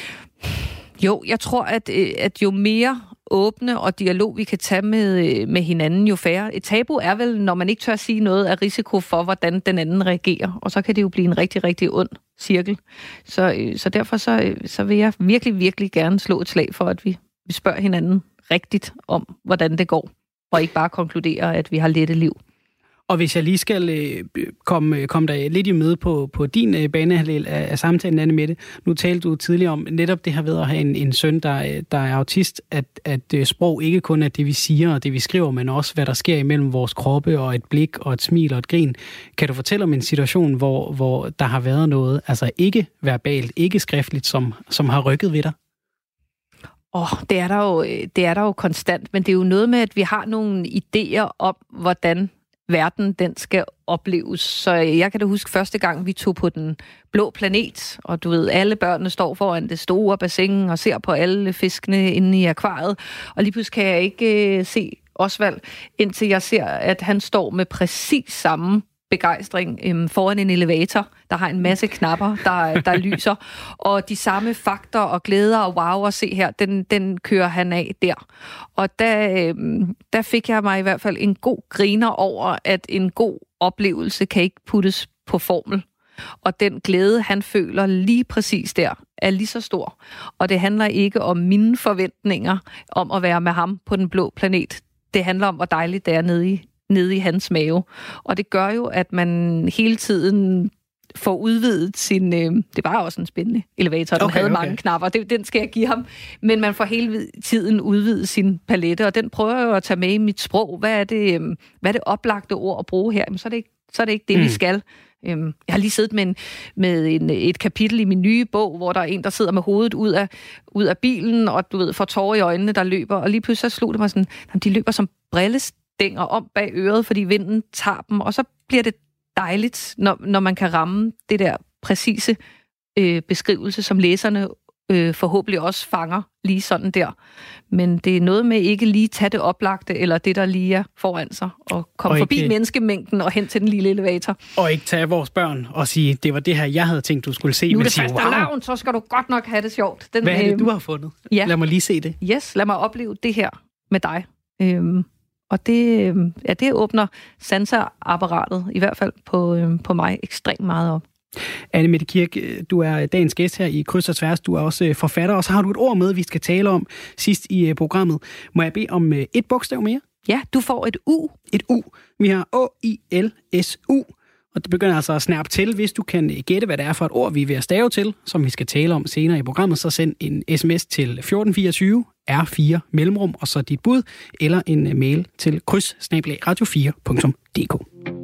B: jo, jeg tror, at, at jo mere åbne og dialog, vi kan tage med, med hinanden, jo færre. Et tabu er vel, når man ikke tør sige noget af risiko for, hvordan den anden reagerer. Og så kan det jo blive en rigtig, rigtig ond cirkel. Så, så derfor så, så vil jeg virkelig, virkelig gerne slå et slag for, at vi, vi spørger hinanden rigtigt om, hvordan det går. Og ikke bare konkludere, at vi har lette liv. Og hvis jeg lige skal øh, komme, komme der lidt i møde på, på din øh, banehalvdel af, af samtalen, Anne-Mette. Nu talte du tidligere om netop det her ved at have en, en søn, der, der er autist, at, at øh, sprog ikke kun er det, vi siger og det, vi skriver, men også hvad der sker imellem vores kroppe og et blik og et smil og et grin. Kan du fortælle om en situation, hvor, hvor der har været noget, altså ikke verbalt, ikke skriftligt, som, som har rykket ved dig? Åh, oh, det er der jo, det er der jo konstant, men det er jo noget med, at vi har nogle idéer om, hvordan verden, den skal opleves. Så jeg kan da huske første gang, vi tog på den blå planet, og du ved, alle børnene står foran det store bassin og ser på alle fiskene inde i akvariet, og lige pludselig kan jeg ikke uh, se Osvald, indtil jeg ser, at han står med præcis samme begejstring øhm, foran en elevator, der har en masse knapper, der, der lyser, og de samme fakter og glæder og wow at se her, den, den kører han af der. Og der, øhm, der fik jeg mig i hvert fald en god griner over, at en god oplevelse kan ikke puttes på formel. Og den glæde, han føler lige præcis der, er lige så stor. Og det handler ikke om mine forventninger om at være med ham på den blå planet. Det handler om, hvor dejligt det er nede i nede i hans mave. Og det gør jo, at man hele tiden får udvidet sin... Øh, det var også en spændende elevator, den okay, havde okay. mange knapper, det, den skal jeg give ham. Men man får hele tiden udvidet sin palette, og den prøver jeg jo at tage med i mit sprog. Hvad er det, øh, hvad er det oplagte ord at bruge her? Jamen, så er det ikke, så er det, ikke det, mm. vi skal. Jeg har lige siddet med, en, med en, et kapitel i min nye bog, hvor der er en, der sidder med hovedet ud af, ud af bilen, og du ved, får tårer i øjnene, der løber, og lige pludselig så slog det mig sådan, de løber som brillestænger om bag øret, fordi vinden tager dem, og så bliver det dejligt, når, når man kan ramme det der præcise øh, beskrivelse, som læserne øh, forhåbentlig også fanger lige sådan der. Men det er noget med ikke lige tage det oplagte, eller det, der lige er foran sig, og komme og forbi ikke, menneskemængden og hen til den lille elevator.
A: Og ikke tage vores børn og sige, det var det her, jeg havde tænkt, du skulle se.
B: Nu er det faste lavn, så skal du godt nok have det sjovt. Den,
A: Hvad er det,
B: øh,
A: du har fundet?
B: Ja.
A: Lad mig lige se det.
B: Yes, lad mig opleve det her med dig. Øhm, og det, ja, det åbner sanserapparatet, i hvert fald på, øhm, på mig, ekstremt meget op.
A: Annemette Kirk, du er dagens gæst her i Kryds og Tværs. Du er også forfatter, og så har du et ord med, vi skal tale om sidst i programmet. Må jeg bede om et bogstav mere?
B: Ja, du får et U.
A: Et U. Vi har O I L S U, og det begynder altså at snærpe til. Hvis du kan gætte, hvad det er for et ord, vi er ved at stave til, som vi skal tale om senere i programmet, så send en sms til fjorten fireogtyve, R fire mellemrum, og så dit bud, eller en mail til kryds bindestreg radio fire punktum d k.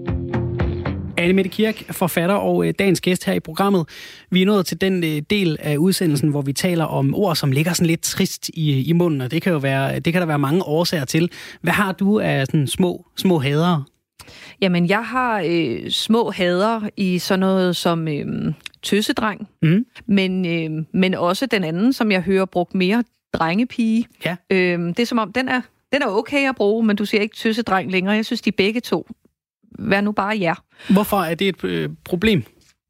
A: Annemette Kirk, forfatter og dagens gæst her i programmet. Vi er nået til den del af udsendelsen, hvor vi taler om ord, som ligger sådan lidt trist i, i munden, og det kan jo være, det kan der være mange årsager til. Hvad har du af sådan små, små hadere?
B: Jamen, jeg har øh, små hader i sådan noget som øh, tøsedreng, mm. men, øh, men også den anden, som jeg hører brugt mere, drengepige.
A: Ja.
B: Øh, det er som om, den er, den er okay at bruge, men du siger ikke tøsedreng længere. Jeg synes, de begge to. Vær nu bare jer.
A: Hvorfor er det et øh, problem?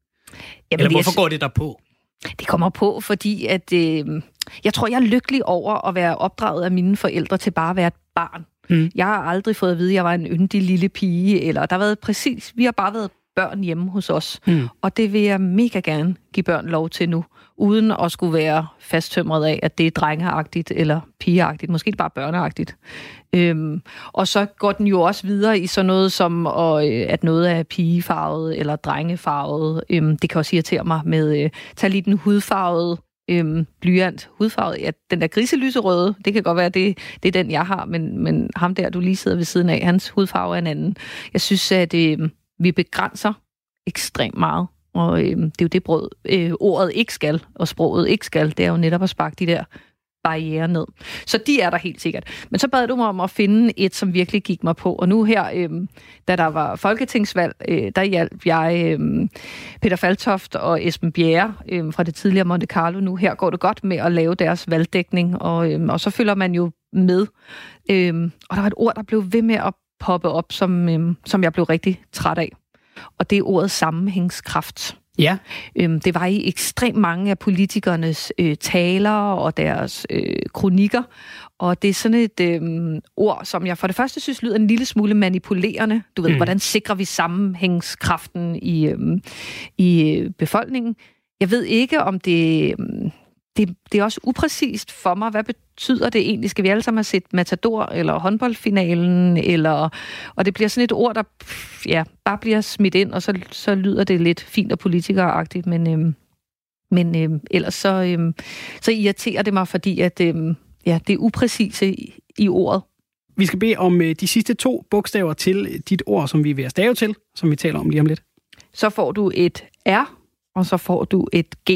A: Jamen, Eller hvorfor jeg, går det der på?
B: Det kommer på, fordi at øh, jeg tror, jeg er lykkelig over at være opdraget af mine forældre til bare at være et barn. Mm. Jeg har aldrig fået at vide, at jeg var en yndig lille pige, eller der har været præcis, vi har bare været børn hjemme hos os. Mm. Og det vil jeg mega gerne give børn lov til nu, uden at skulle være fasttømret af, at det er drengeagtigt eller pigeagtigt, måske bare børneagtigt. Øhm, og så går den jo også videre i sådan noget som, og, at noget er pigefarvet eller drengefarvet. Øhm, det kan også irritere mig med, øh, tag lige den hudfarvede øhm, blyant. Hudfarvet, ja, den der griselyserøde, det kan godt være, det, det er den, jeg har, men, men ham der, du lige sidder ved siden af, hans hudfarve er en anden. Jeg synes, at øh, vi begrænser ekstremt meget. Og øh, det er jo det brød, øh, ordet ikke skal, og sproget ikke skal, det er jo netop at sparke de der barrierer ned. Så de er der helt sikkert. Men så bad du mig om at finde et, som virkelig gik mig på. Og nu her, øh, da der var folketingsvalg, øh, der hjalp jeg øh, Peter Faltoft og Esben Bjerre øh, fra det tidligere Monte Carlo. Nu her går det godt med at lave deres valgdækning, og, øh, og så følger man jo med. Øh, og der var et ord, der blev ved med at poppe op, som, øh, som jeg blev rigtig træt af. Og det er ordet sammenhængskraft.
A: Ja.
B: Øhm, det var i ekstremt mange af politikernes øh, taler og deres øh, kronikker. Og det er sådan et øh, ord, som jeg for det første synes lyder en lille smule manipulerende. Du ved, mm. hvordan sikrer vi sammenhængskraften i, øh, i øh, befolkningen? Jeg ved ikke, om det... Øh, Det, det er også upræcist for mig. Hvad betyder det egentlig? Skal vi alle sammen have set Matador eller håndboldfinalen? Eller, og det bliver sådan et ord, der ja, bare bliver smidt ind, og så, så lyder det lidt fint og politikeragtigt. Men, øhm, men øhm, ellers så, øhm, så irriterer det mig, fordi at, øhm, ja, det er upræcise i, i ordet.
A: Vi skal bede om øh, de sidste to bogstaver til dit ord, som vi er ved at stave til, som vi taler om lige om lidt.
B: Så får du et R, og så får du et G.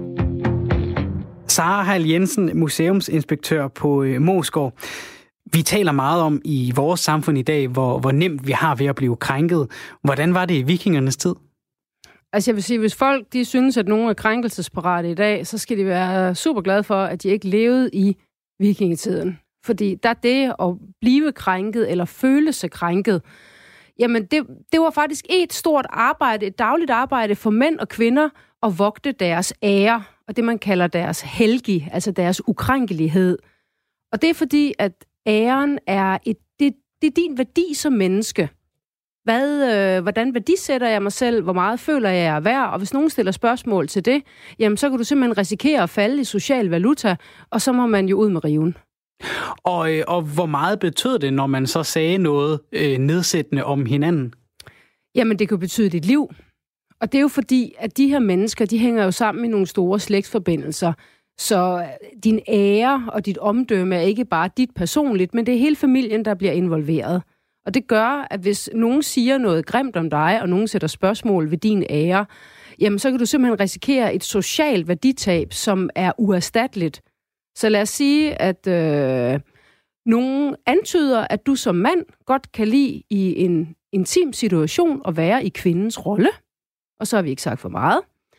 A: Sara Hall Jensen, museumsinspektør på øh, Moesgaard. Vi taler meget om i vores samfund i dag, hvor, hvor nemt vi har ved at blive krænket. Hvordan var det i vikingernes tid?
E: Altså jeg vil sige, hvis folk de synes, at nogen er krænkelsesparate i dag, så skal de være super glade for, at de ikke levede i vikingetiden. Fordi der er det at blive krænket eller føle sig krænket, jamen det, det var faktisk et stort arbejde, et dagligt arbejde for mænd og kvinder at vogte deres ære, og det man kalder deres helgi, altså deres ukrænkelighed. Og det er fordi, at æren er, et, det, det er din værdi som menneske. Hvad, øh, hvordan værdisætter jeg mig selv? Hvor meget føler jeg, jeg er værd? Og hvis nogen stiller spørgsmål til det, jamen så kan du simpelthen risikere at falde i social valuta, og så må man jo ud med riven.
A: Og, og hvor meget betød det, når man så sagde noget øh, nedsættende om hinanden?
E: Jamen, det kan betyde dit liv. Og det er jo fordi, at de her mennesker, de hænger jo sammen i nogle store slægtsforbindelser. Så din ære og dit omdømme er ikke bare dit personligt, men det er hele familien, der bliver involveret. Og det gør, at hvis nogen siger noget grimt om dig, og nogen sætter spørgsmål ved din ære, jamen så kan du simpelthen risikere et socialt værditab, som er uerstatteligt. Så lad os sige, at øh, nogen antyder, at du som mand godt kan lide i en intim situation at være i kvindens rolle. Og så har vi ikke sagt for meget.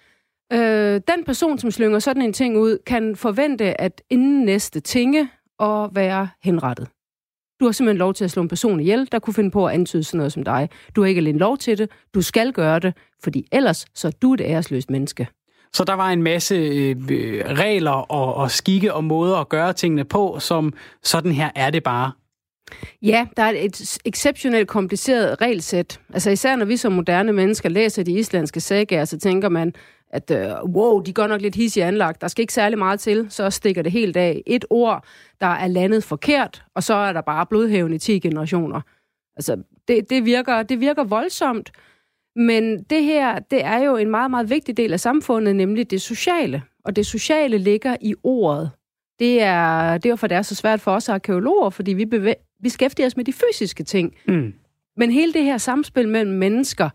E: Øh, den person, som slynger sådan en ting ud, kan forvente, at inden næste tinge at være henrettet. Du har simpelthen lov til at slå en person ihjel, der kunne finde på at antyde sådan noget som dig. Du har ikke alene lov til det, du skal gøre det, fordi ellers så er du et æresløst menneske.
A: Så der var en masse øh, regler og, og skikke og måder at gøre tingene på, som sådan her er det bare.
E: Ja, der er et exceptionelt kompliceret regelsæt. Altså især når vi som moderne mennesker læser de islandske sagaer, så tænker man, at øh, wow, de går nok lidt hissigt anlagt. Der skal ikke særlig meget til, så stikker det helt af. Et ord, der er landet forkert, og så er der bare blodhævende i ti generationer. Altså, det, det, virker, det virker voldsomt, men det her, det er jo en meget, meget vigtig del af samfundet, nemlig det sociale. Og det sociale ligger i ordet. Det er derfor, det er så svært for os arkæologer, fordi vi bevæ- beskæftiger os med de fysiske ting. Mm. Men hele det her samspil mellem mennesker,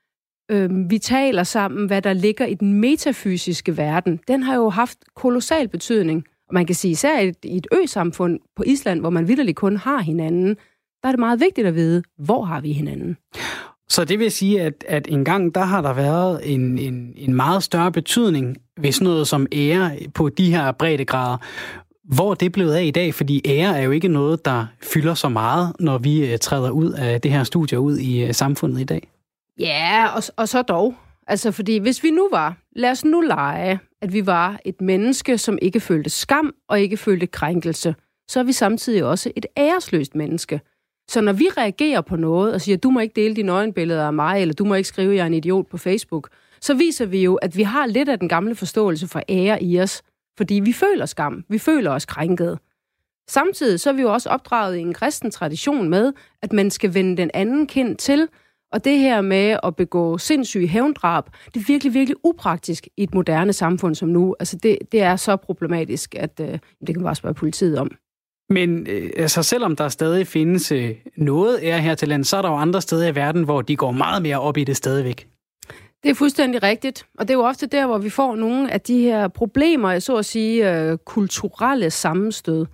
E: øh, vi taler sammen, hvad der ligger i den metafysiske verden, den har jo haft kolossal betydning. Og man kan sige, især i et, i et ø-samfund på Island, hvor man vitterligt kun har hinanden, der er det meget vigtigt at vide, hvor har vi hinanden.
A: Så det vil sige, at, at engang der har der været en, en, en meget større betydning ved sådan noget som ære på de her breddegrader. Hvor er det blevet af i dag? Fordi ære er jo ikke noget, der fylder så meget, når vi træder ud af det her studie ud i samfundet i dag.
E: Ja, og, og så dog. Altså, fordi hvis vi nu var, lad os nu lege, at vi var et menneske, som ikke følte skam og ikke følte krænkelse, så er vi samtidig også et æresløst menneske. Så når vi reagerer på noget og siger, du må ikke dele dine øjenbilleder af mig, eller du må ikke skrive, jeg er en idiot på Facebook, så viser vi jo, at vi har lidt af den gamle forståelse for ære i os, fordi vi føler skam, vi føler os krænket. Samtidig så er vi jo også opdraget i en kristen tradition med, at man skal vende den anden kind til, og det her med at begå sindssyge hævndrab, det er virkelig, virkelig upraktisk i et moderne samfund som nu. Altså det, det er så problematisk, at øh, det kan man bare spørge politiet om.
A: Men øh, altså, selvom der stadig findes øh, noget ære her til landet, så er der jo andre steder i verden, hvor de går meget mere op i det stadigvæk.
E: Det er fuldstændig rigtigt, og det er jo ofte der, hvor vi får nogle af de her problemer, så at sige, øh, kulturelle sammenstød.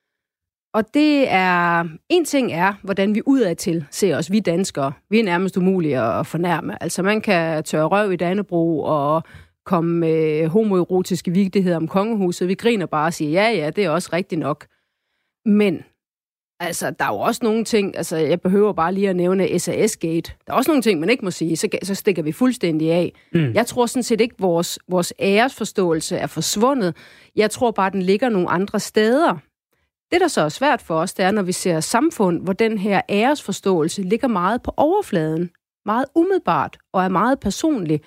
E: Og det er, en ting er, hvordan vi udadtil ser os, vi danskere. Vi er nærmest umulige at fornærme. Altså man kan tørre røv i Dannebrog og komme med homoerotiske vigtigheder om kongehuset. Vi griner bare og siger, ja ja, det er også rigtigt nok. Men altså, der er jo også nogle ting, altså jeg behøver bare lige at nævne S A S-gate. Der er også nogle ting, man ikke må sige, så, så stikker vi fuldstændig af. Mm. Jeg tror sådan set ikke, vores, vores æresforståelse er forsvundet. Jeg tror bare, den ligger nogle andre steder. Det, der så er svært for os, det er, når vi ser samfund, hvor den her æresforståelse ligger meget på overfladen, meget umiddelbart og er meget personlig,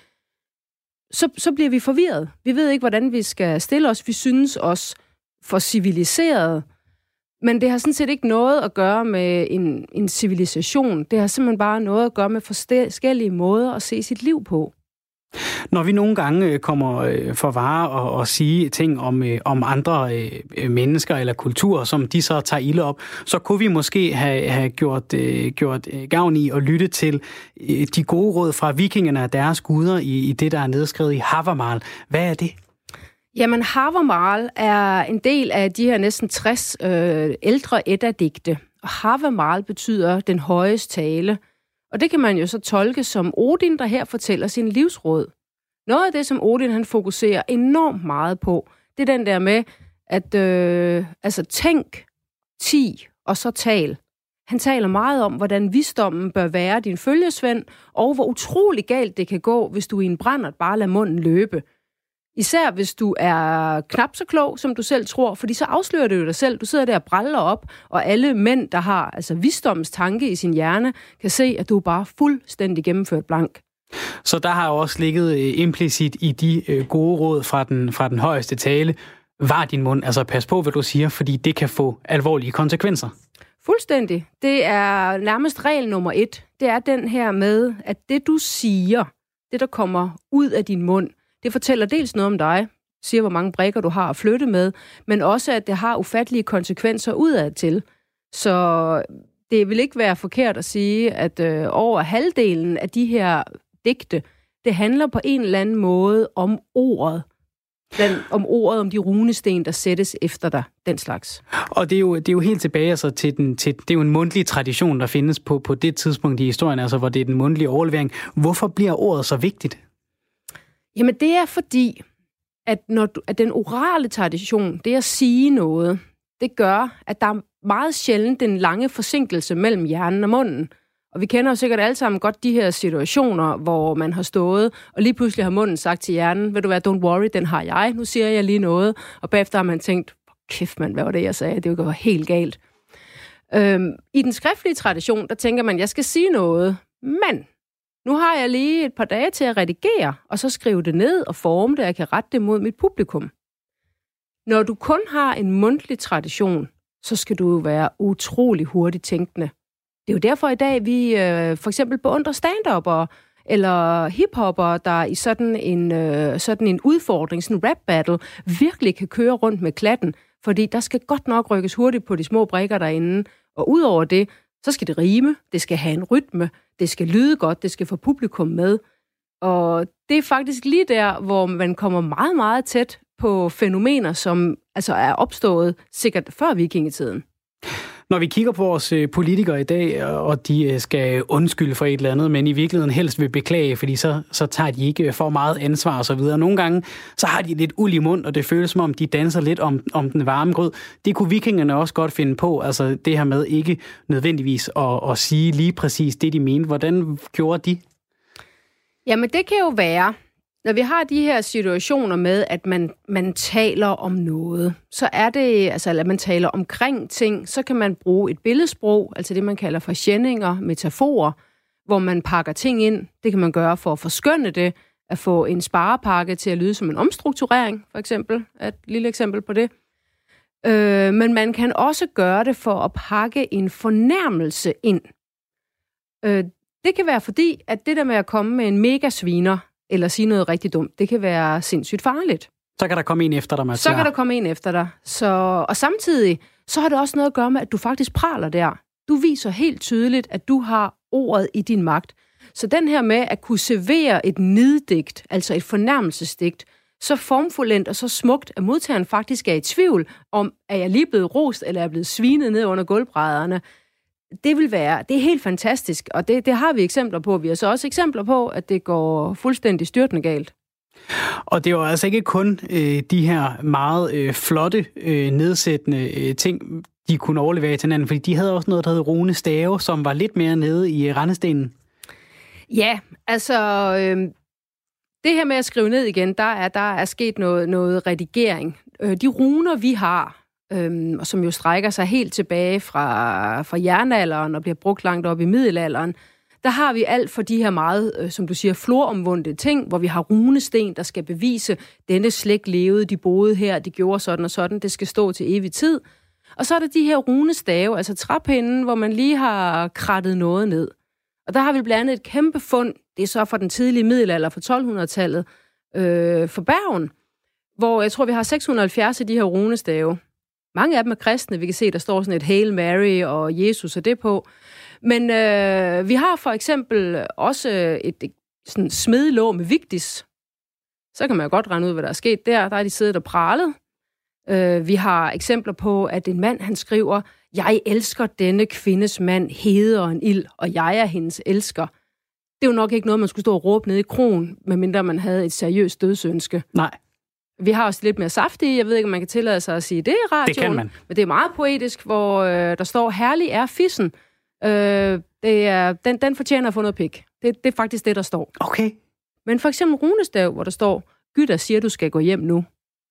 E: så, så bliver vi forvirret. Vi ved ikke, hvordan vi skal stille os. Vi synes os for civiliseret. Men det har sådan set ikke noget at gøre med en, en civilisation. Det har simpelthen bare noget at gøre med forskellige måder at se sit liv på.
A: Når vi nogle gange kommer for vare og, og sige ting om, om andre øh, mennesker eller kulturer, som de så tager ilde op, så kunne vi måske have, have gjort, øh, gjort gavn i at lytte til øh, de gode råd fra vikingerne og deres guder i, i det, der er nedskrevet i Havamal. Hvad er det?
E: Jamen, Havamal er en del af de her næsten tres øh, ældre eddadigte. Og Havamal betyder den højeste tale. Og det kan man jo så tolke som Odin, der her fortæller sin livsråd. Noget af det, som Odin han fokuserer enormt meget på, det er den der med, at øh, altså tænk, ti og så tal. Han taler meget om, hvordan visdommen bør være din følgesvend, og hvor utrolig galt det kan gå, hvis du i en brændert bare lader munden løbe. Især hvis du er knap så klog, som du selv tror, fordi så afslører du dig selv. Du sidder der og brælder op, og alle mænd, der har altså visdommens tanke i sin hjerne, kan se, at du er bare fuldstændig gennemført blank.
A: Så der har også ligget implicit i de gode råd fra den, fra den højeste tale. var din mund, altså pas på, hvad du siger, fordi det kan få alvorlige konsekvenser.
E: Fuldstændig. Det er nærmest regel nummer et. Det er den her med, at det du siger, det der kommer ud af din mund, det fortæller dels noget om dig, siger hvor mange brikker du har at flytte med, men også at det har ufattelige konsekvenser udadtil. Så det vil ikke være forkert at sige, at øh, over halvdelen af de her digte, det handler på en eller anden måde om ordet. Den, om ordet, om de runesten, der sættes efter dig, den slags.
A: Og det er jo, det er jo helt tilbage altså, til den, til, det er jo en mundtlig tradition, der findes på, på det tidspunkt i historien, altså hvor det er den mundtlige overlevering. Hvorfor bliver ordet så vigtigt?
E: Jamen det er fordi, at, når du, at den orale tradition, det at sige noget, det gør, at der er meget sjældent den lange forsinkelse mellem hjernen og munden. Og vi kender jo sikkert alle sammen godt de her situationer, hvor man har stået, og lige pludselig har munden sagt til hjernen, vil du være, don't worry, den har jeg, nu siger jeg lige noget. Og bagefter har man tænkt, kæft mand, hvad var det, jeg sagde? Det var helt galt. Øhm, I den skriftlige tradition, der tænker man, jeg skal sige noget, men nu har jeg lige et par dage til at redigere, og så skrive det ned og forme det, og jeg kan rette det mod mit publikum. Når du kun har en mundtlig tradition, så skal du jo være utrolig hurtigt tænkende. Det er jo derfor i dag, vi øh, for eksempel beundrer stand-up'ere eller hiphopper, der i sådan en, øh, sådan en udfordring, sådan en rap battle, virkelig kan køre rundt med klatten, fordi der skal godt nok rykkes hurtigt på de små brikker derinde. Og udover det, så skal det rime, det skal have en rytme, det skal lyde godt, det skal få publikum med. Og det er faktisk lige der, hvor man kommer meget, meget tæt på fænomener, som altså er opstået sikkert før vikingetiden.
A: Når vi kigger på vores politikere i dag, og de skal undskylde for et eller andet, men i virkeligheden helst vil beklage, fordi så, så tager de ikke for meget ansvar og så videre. Nogle gange, så har de lidt uld i mund, og det føles som om, de danser lidt om, om den varme grød. Det kunne vikingerne også godt finde på, altså det her med ikke nødvendigvis at, at sige lige præcis det, de mente. Hvordan gjorde de?
E: Jamen det kan jo være, når vi har de her situationer med, at man, man taler om noget, så er det, altså at man taler omkring ting, så kan man bruge et billedsprog, altså det man kalder for skændinger, metaforer, hvor man pakker ting ind. Det kan man gøre for at forskønne det, at få en sparepakke til at lyde som en omstrukturering, for eksempel. Et lille eksempel på det. Øh, men man kan også gøre det for at pakke en fornærmelse ind. Øh, det kan være fordi, at det der med at komme med en megasviner, eller sige noget rigtig dumt, det kan være sindssygt farligt.
A: Så kan der komme en efter dig, Mads.
E: Så kan der komme en efter dig. Så, og samtidig, så har det også noget at gøre med, at du faktisk praler der. Du viser helt tydeligt, at du har ordet i din magt. Så den her med at kunne servere et neddigt, altså et fornærmelsesdigt, så formfuldendt og så smukt, at modtageren faktisk er i tvivl om, er jeg lige blevet rost, eller er jeg blevet svinet ned under gulvbrædderne. Det vil være, det er helt fantastisk, og det, det har vi eksempler på. Vi har så også eksempler på, at det går fuldstændig styrtende galt.
A: Og det var altså ikke kun øh, de her meget øh, flotte, øh, nedsættende øh, ting, de kunne overlevere til hinanden, fordi de havde også noget, der hed runestave, som var lidt mere nede i rendestenen. Ja,
E: altså øh, det her med at skrive ned igen, der er, der er sket noget, noget redigering. Øh, de runer, vi har, Øhm, og som jo strækker sig helt tilbage fra, fra jernalderen og bliver brugt langt op i middelalderen, der har vi alt for de her meget, øh, som du siger, floromvundne ting, hvor vi har runesten, der skal bevise, denne slægt levede, de boede her, de gjorde sådan og sådan, det skal stå til evig tid. Og så er der de her runestave, altså træpinden, hvor man lige har krattet noget ned. Og der har vi blandt andet et kæmpe fund, det er så fra den tidlige middelalder, fra tolvhundredetallet, øh, for Bergen, hvor jeg tror, vi har seks hundrede og halvfjerds af de her runestave. Mange af dem er kristne. Vi kan se, der står sådan et Hail Mary og Jesus og det på. Men øh, vi har for eksempel også et, et sådan smedelåg med Vigdis. Så kan man jo godt regne ud, hvad der er sket der. Der er de siddet og pralet. Øh, vi har eksempler på, at en mand, han skriver, jeg elsker denne kvindes mand hedder en ild, og jeg er hendes elsker. Det er jo nok ikke noget, man skulle stå og råbe nede i krogen, medmindre man havde et seriøst dødsønske.
A: Nej.
E: Vi har også lidt mere saftige. Jeg ved ikke, om man kan tillade sig at sige det i radioen.
A: Det kan man.
E: Men det er meget poetisk, hvor øh, der står, herlig er fissen. Øh, det er, den, den fortjener at få noget pik. Det, det er faktisk det, der står.
A: Okay.
E: Men for eksempel runestav, hvor der står, Gytter siger, du skal gå hjem nu.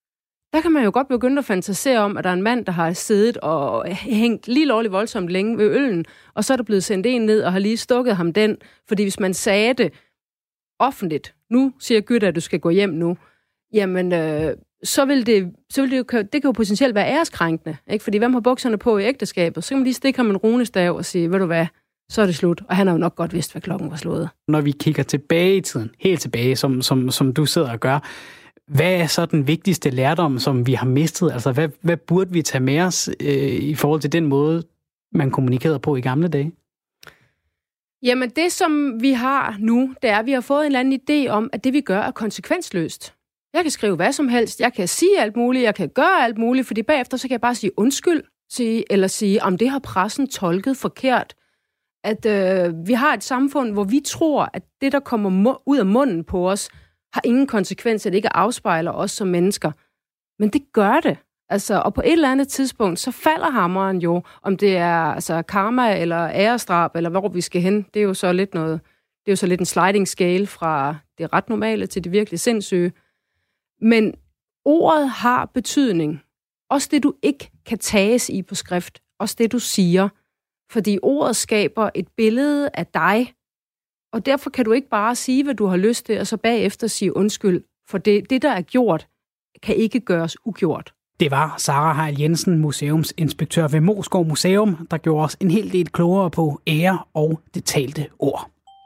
E: Der kan man jo godt begynde at fantasere om, at der er en mand, der har siddet og hængt lige lovligt voldsomt længe ved øllen, og så er der blevet sendt en ned og har lige stukket ham den. Fordi hvis man sagde det offentligt, nu siger Gytter, at du skal gå hjem nu, jamen, øh, så vil det, så vil det, jo, det kan jo potentielt være æreskrænkende, ikke? Fordi hvem har bukserne på i ægteskabet? Så kan man lige stikke ham en runestav og sige, ved du hvad, så er det slut. Og han har jo nok godt vidst, hvad klokken var slået.
A: Når vi kigger tilbage i tiden, helt tilbage, som, som, som du sidder og gør, hvad er så den vigtigste lærdom, som vi har mistet? Altså, hvad, hvad burde vi tage med os øh, i forhold til den måde, man kommunikerede på i gamle dage?
E: Jamen, det som vi har nu, det er, at vi har fået en eller anden idé om, at det vi gør er konsekvensløst. Jeg kan skrive hvad som helst, jeg kan sige alt muligt, jeg kan gøre alt muligt, fordi bagefter så kan jeg bare sige undskyld, sige, eller sige, om det har pressen tolket forkert. At øh, vi har et samfund, hvor vi tror, at det, der kommer mo- ud af munden på os, har ingen konsekvens, at det ikke afspejler os som mennesker. Men det gør det. Altså, og på et eller andet tidspunkt, så falder hammeren jo, om det er altså, karma eller æresdrab, eller hvor vi skal hen. Det er jo så lidt noget, det er jo så lidt en sliding scale fra det ret normale til det virkelig sindssyge. Men ordet har betydning. Også det, du ikke kan tages i på skrift. Også det, du siger. Fordi ordet skaber et billede af dig. Og derfor kan du ikke bare sige, hvad du har lyst til, og så bagefter sige undskyld. For det, det der er gjort, kan ikke gøres ugjort.
A: Det var Sara Heil Jensen, museumsinspektør ved Moesgaard Museum, der gjorde os en hel del klogere på ære og det talte ord.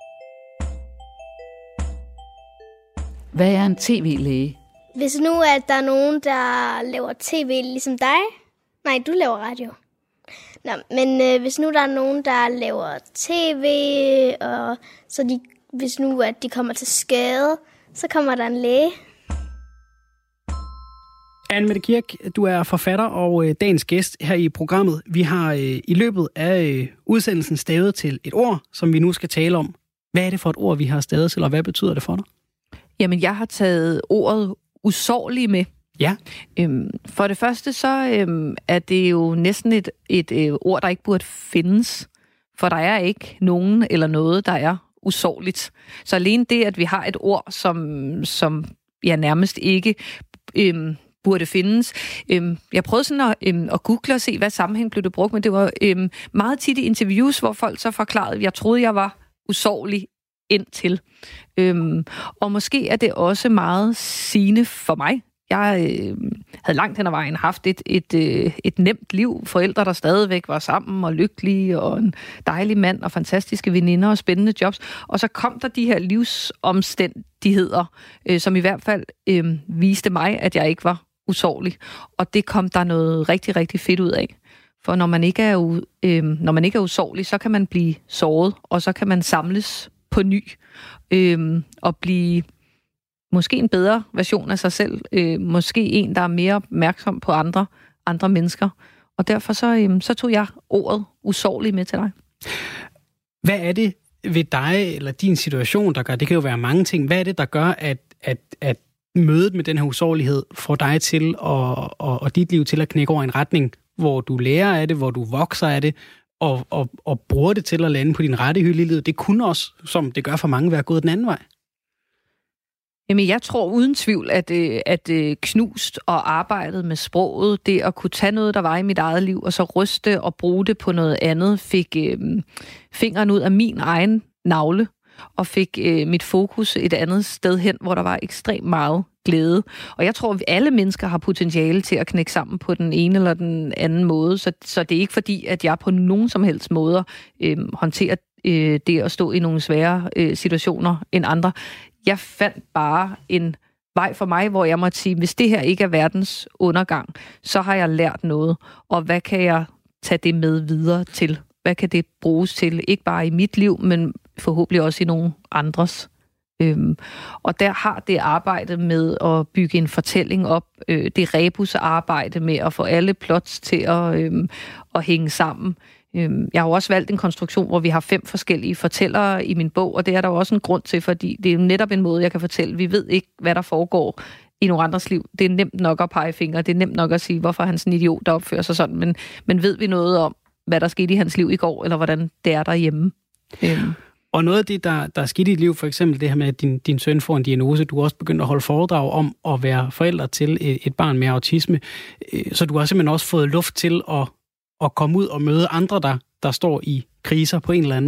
C: Hvad er en tv-læge?
G: Hvis nu at der er nogen, der laver tv ligesom dig. Nej, du laver radio. Nå, men øh, hvis nu der er nogen, der laver tv, og så de, hvis nu at de kommer til skade, så kommer der en læge.
A: Anne-Mette Kirk, du er forfatter og øh, dagens gæst her i programmet. Vi har øh, i løbet af øh, udsendelsen stavet til et ord, som vi nu skal tale om. Hvad er det for et ord, vi har stavet til, og hvad betyder det for dig?
B: Jamen, jeg har taget ordet usårlig med.
A: Ja.
B: Øhm, for det første, så øhm, er det jo næsten et, et øh, ord, der ikke burde findes. For der er ikke nogen eller noget, der er usårligt. Så alene det, at vi har et ord, som, som ja, nærmest ikke øhm, burde findes. Øhm, jeg prøvede sådan at, øhm, at google og se, hvad sammenhæng blev det brugt, men det var øhm, meget tit i interviews, hvor folk så forklarede, at jeg troede, jeg var usårlig indtil. Øhm, og måske er det også meget sigende for mig. Jeg øh, havde langt hen ad vejen haft et, et, øh, et nemt liv. Forældre, der stadigvæk var sammen og lykkelige, og en dejlig mand og fantastiske veninder og spændende jobs. Og så kom der de her livsomstændigheder, øh, som i hvert fald øh, viste mig, at jeg ikke var usårlig. Og det kom der noget rigtig, rigtig fedt ud af. For når man ikke er, u, øh, når man ikke er usårlig, så kan man blive såret, og så kan man samles på ny øh, og blive måske en bedre version af sig selv. Øh, måske en, der er mere opmærksom på andre, andre mennesker. Og derfor så, øh, så tog jeg ordet usårlig med til dig.
A: Hvad er det ved dig eller din situation, der gør, det kan jo være mange ting, hvad er det, der gør, at, at, at mødet med den her usårlighed får dig til og, og, og dit liv til at knække over en retning, hvor du lærer af det, hvor du vokser af det, og, og, og bruger det til at lande på din rette hylde i livet? Det kunne også, som det gør for mange, være gået den anden vej.
B: Jamen, jeg tror uden tvivl, at, at knust og arbejdet med sproget, det at kunne tage noget, der var i mit eget liv, og så ryste og bruge det på noget andet, fik øh, fingeren ud af min egen navle, og fik øh, mit fokus et andet sted hen, hvor der var ekstremt meget glæde. Og jeg tror, at alle mennesker har potentiale til at knække sammen på den ene eller den anden måde, så, så det er ikke fordi, at jeg på nogen som helst måder øh, håndterer øh, det at stå i nogle svære øh, situationer end andre. Jeg fandt bare en vej for mig, hvor jeg måtte sige, hvis det her ikke er verdens undergang, så har jeg lært noget. Og hvad kan jeg tage det med videre til? Hvad kan det bruges til? Ikke bare i mit liv, men forhåbentlig også i nogle andres. Øhm, og der har det arbejde med at bygge en fortælling op, øh, det rebusarbejde med at få alle plots til at, øh, at hænge sammen. Jeg har jo også valgt en konstruktion, hvor vi har fem forskellige fortællere i min bog, og det er der jo også en grund til, fordi det er jo netop en måde, jeg kan fortælle. Vi ved ikke, hvad der foregår i nogle andres liv. Det er nemt nok at pege fingre, det er nemt nok at sige, hvorfor er han sådan en idiot, der opfører sig sådan, men, men ved vi noget om, hvad der skete i hans liv i går, eller hvordan det er derhjemme? Øhm.
A: Og noget af det, der, der er sket i dit liv, for eksempel det her med, at din, din søn får en diagnose, du har også begyndt at holde foredrag om at være forælder til et, et barn med autisme, så du har simpelthen også fået luft til at, at komme ud og møde andre, der, der står i kriser på en eller anden måde.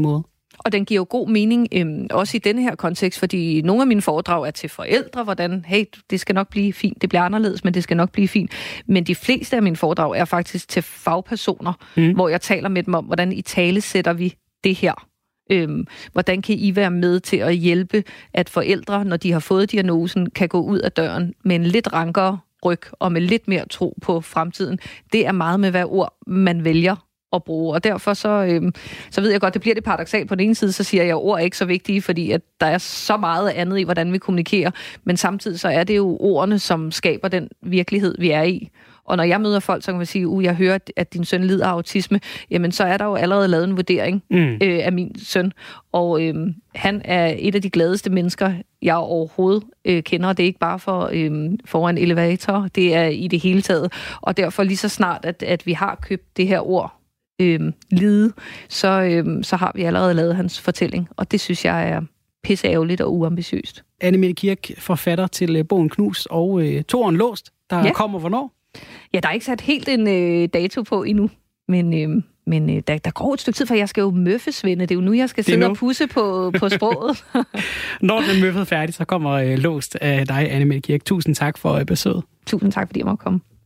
B: Og den giver jo god mening, øhm, også i denne her kontekst, fordi nogle af mine foredrag er til forældre, hvordan, hey, det skal nok blive fint, det bliver anderledes, men det skal nok blive fint. Men de fleste af mine foredrag er faktisk til fagpersoner, mm. hvor jeg taler med dem om, hvordan i tale sætter vi det her. Øhm, hvordan kan I være med til at hjælpe, at forældre, når de har fået diagnosen, kan gå ud af døren med en lidt rankere ryg og med lidt mere tro på fremtiden. Det er meget med, hvad ord man vælger at bruge, og derfor så, øhm, så ved jeg godt, det bliver det paradoksalt. På den ene side, så siger jeg, at ord er ikke så vigtige, fordi at der er så meget andet i, hvordan vi kommunikerer, men samtidig så er det jo ordene, som skaber den virkelighed, vi er i. Og når jeg møder folk, så kan man sige, uh, jeg hører, at din søn lider af autisme, jamen så er der jo allerede lavet en vurdering mm. øh, af min søn. Og øh, han er et af de gladeste mennesker, jeg overhovedet øh, kender. Det er ikke bare for øh, foran elevator, det er i det hele taget. Og derfor lige så snart, at, at vi har købt det her ord, øh, lide, så, øh, så har vi allerede lavet hans fortælling. Og det synes jeg er pisseærgerligt og uambitiøst.
A: Annemette Kirk, forfatter til bogen Knus og øh, Toren Låst, der ja. kommer hvornår?
B: Ja, der er ikke sat helt en øh, dato på endnu, men, øh, men øh, der, der går et stykke tid, for jeg skal jo møffe, Svende. Det er jo nu, jeg skal sidde og pusse på, på sproget.
A: Når den er møffet færdig, så kommer øh, Låst af dig, Annemette Kirk. Tusind tak for øh, besøget.
B: Tusind tak, fordi jeg måtte komme.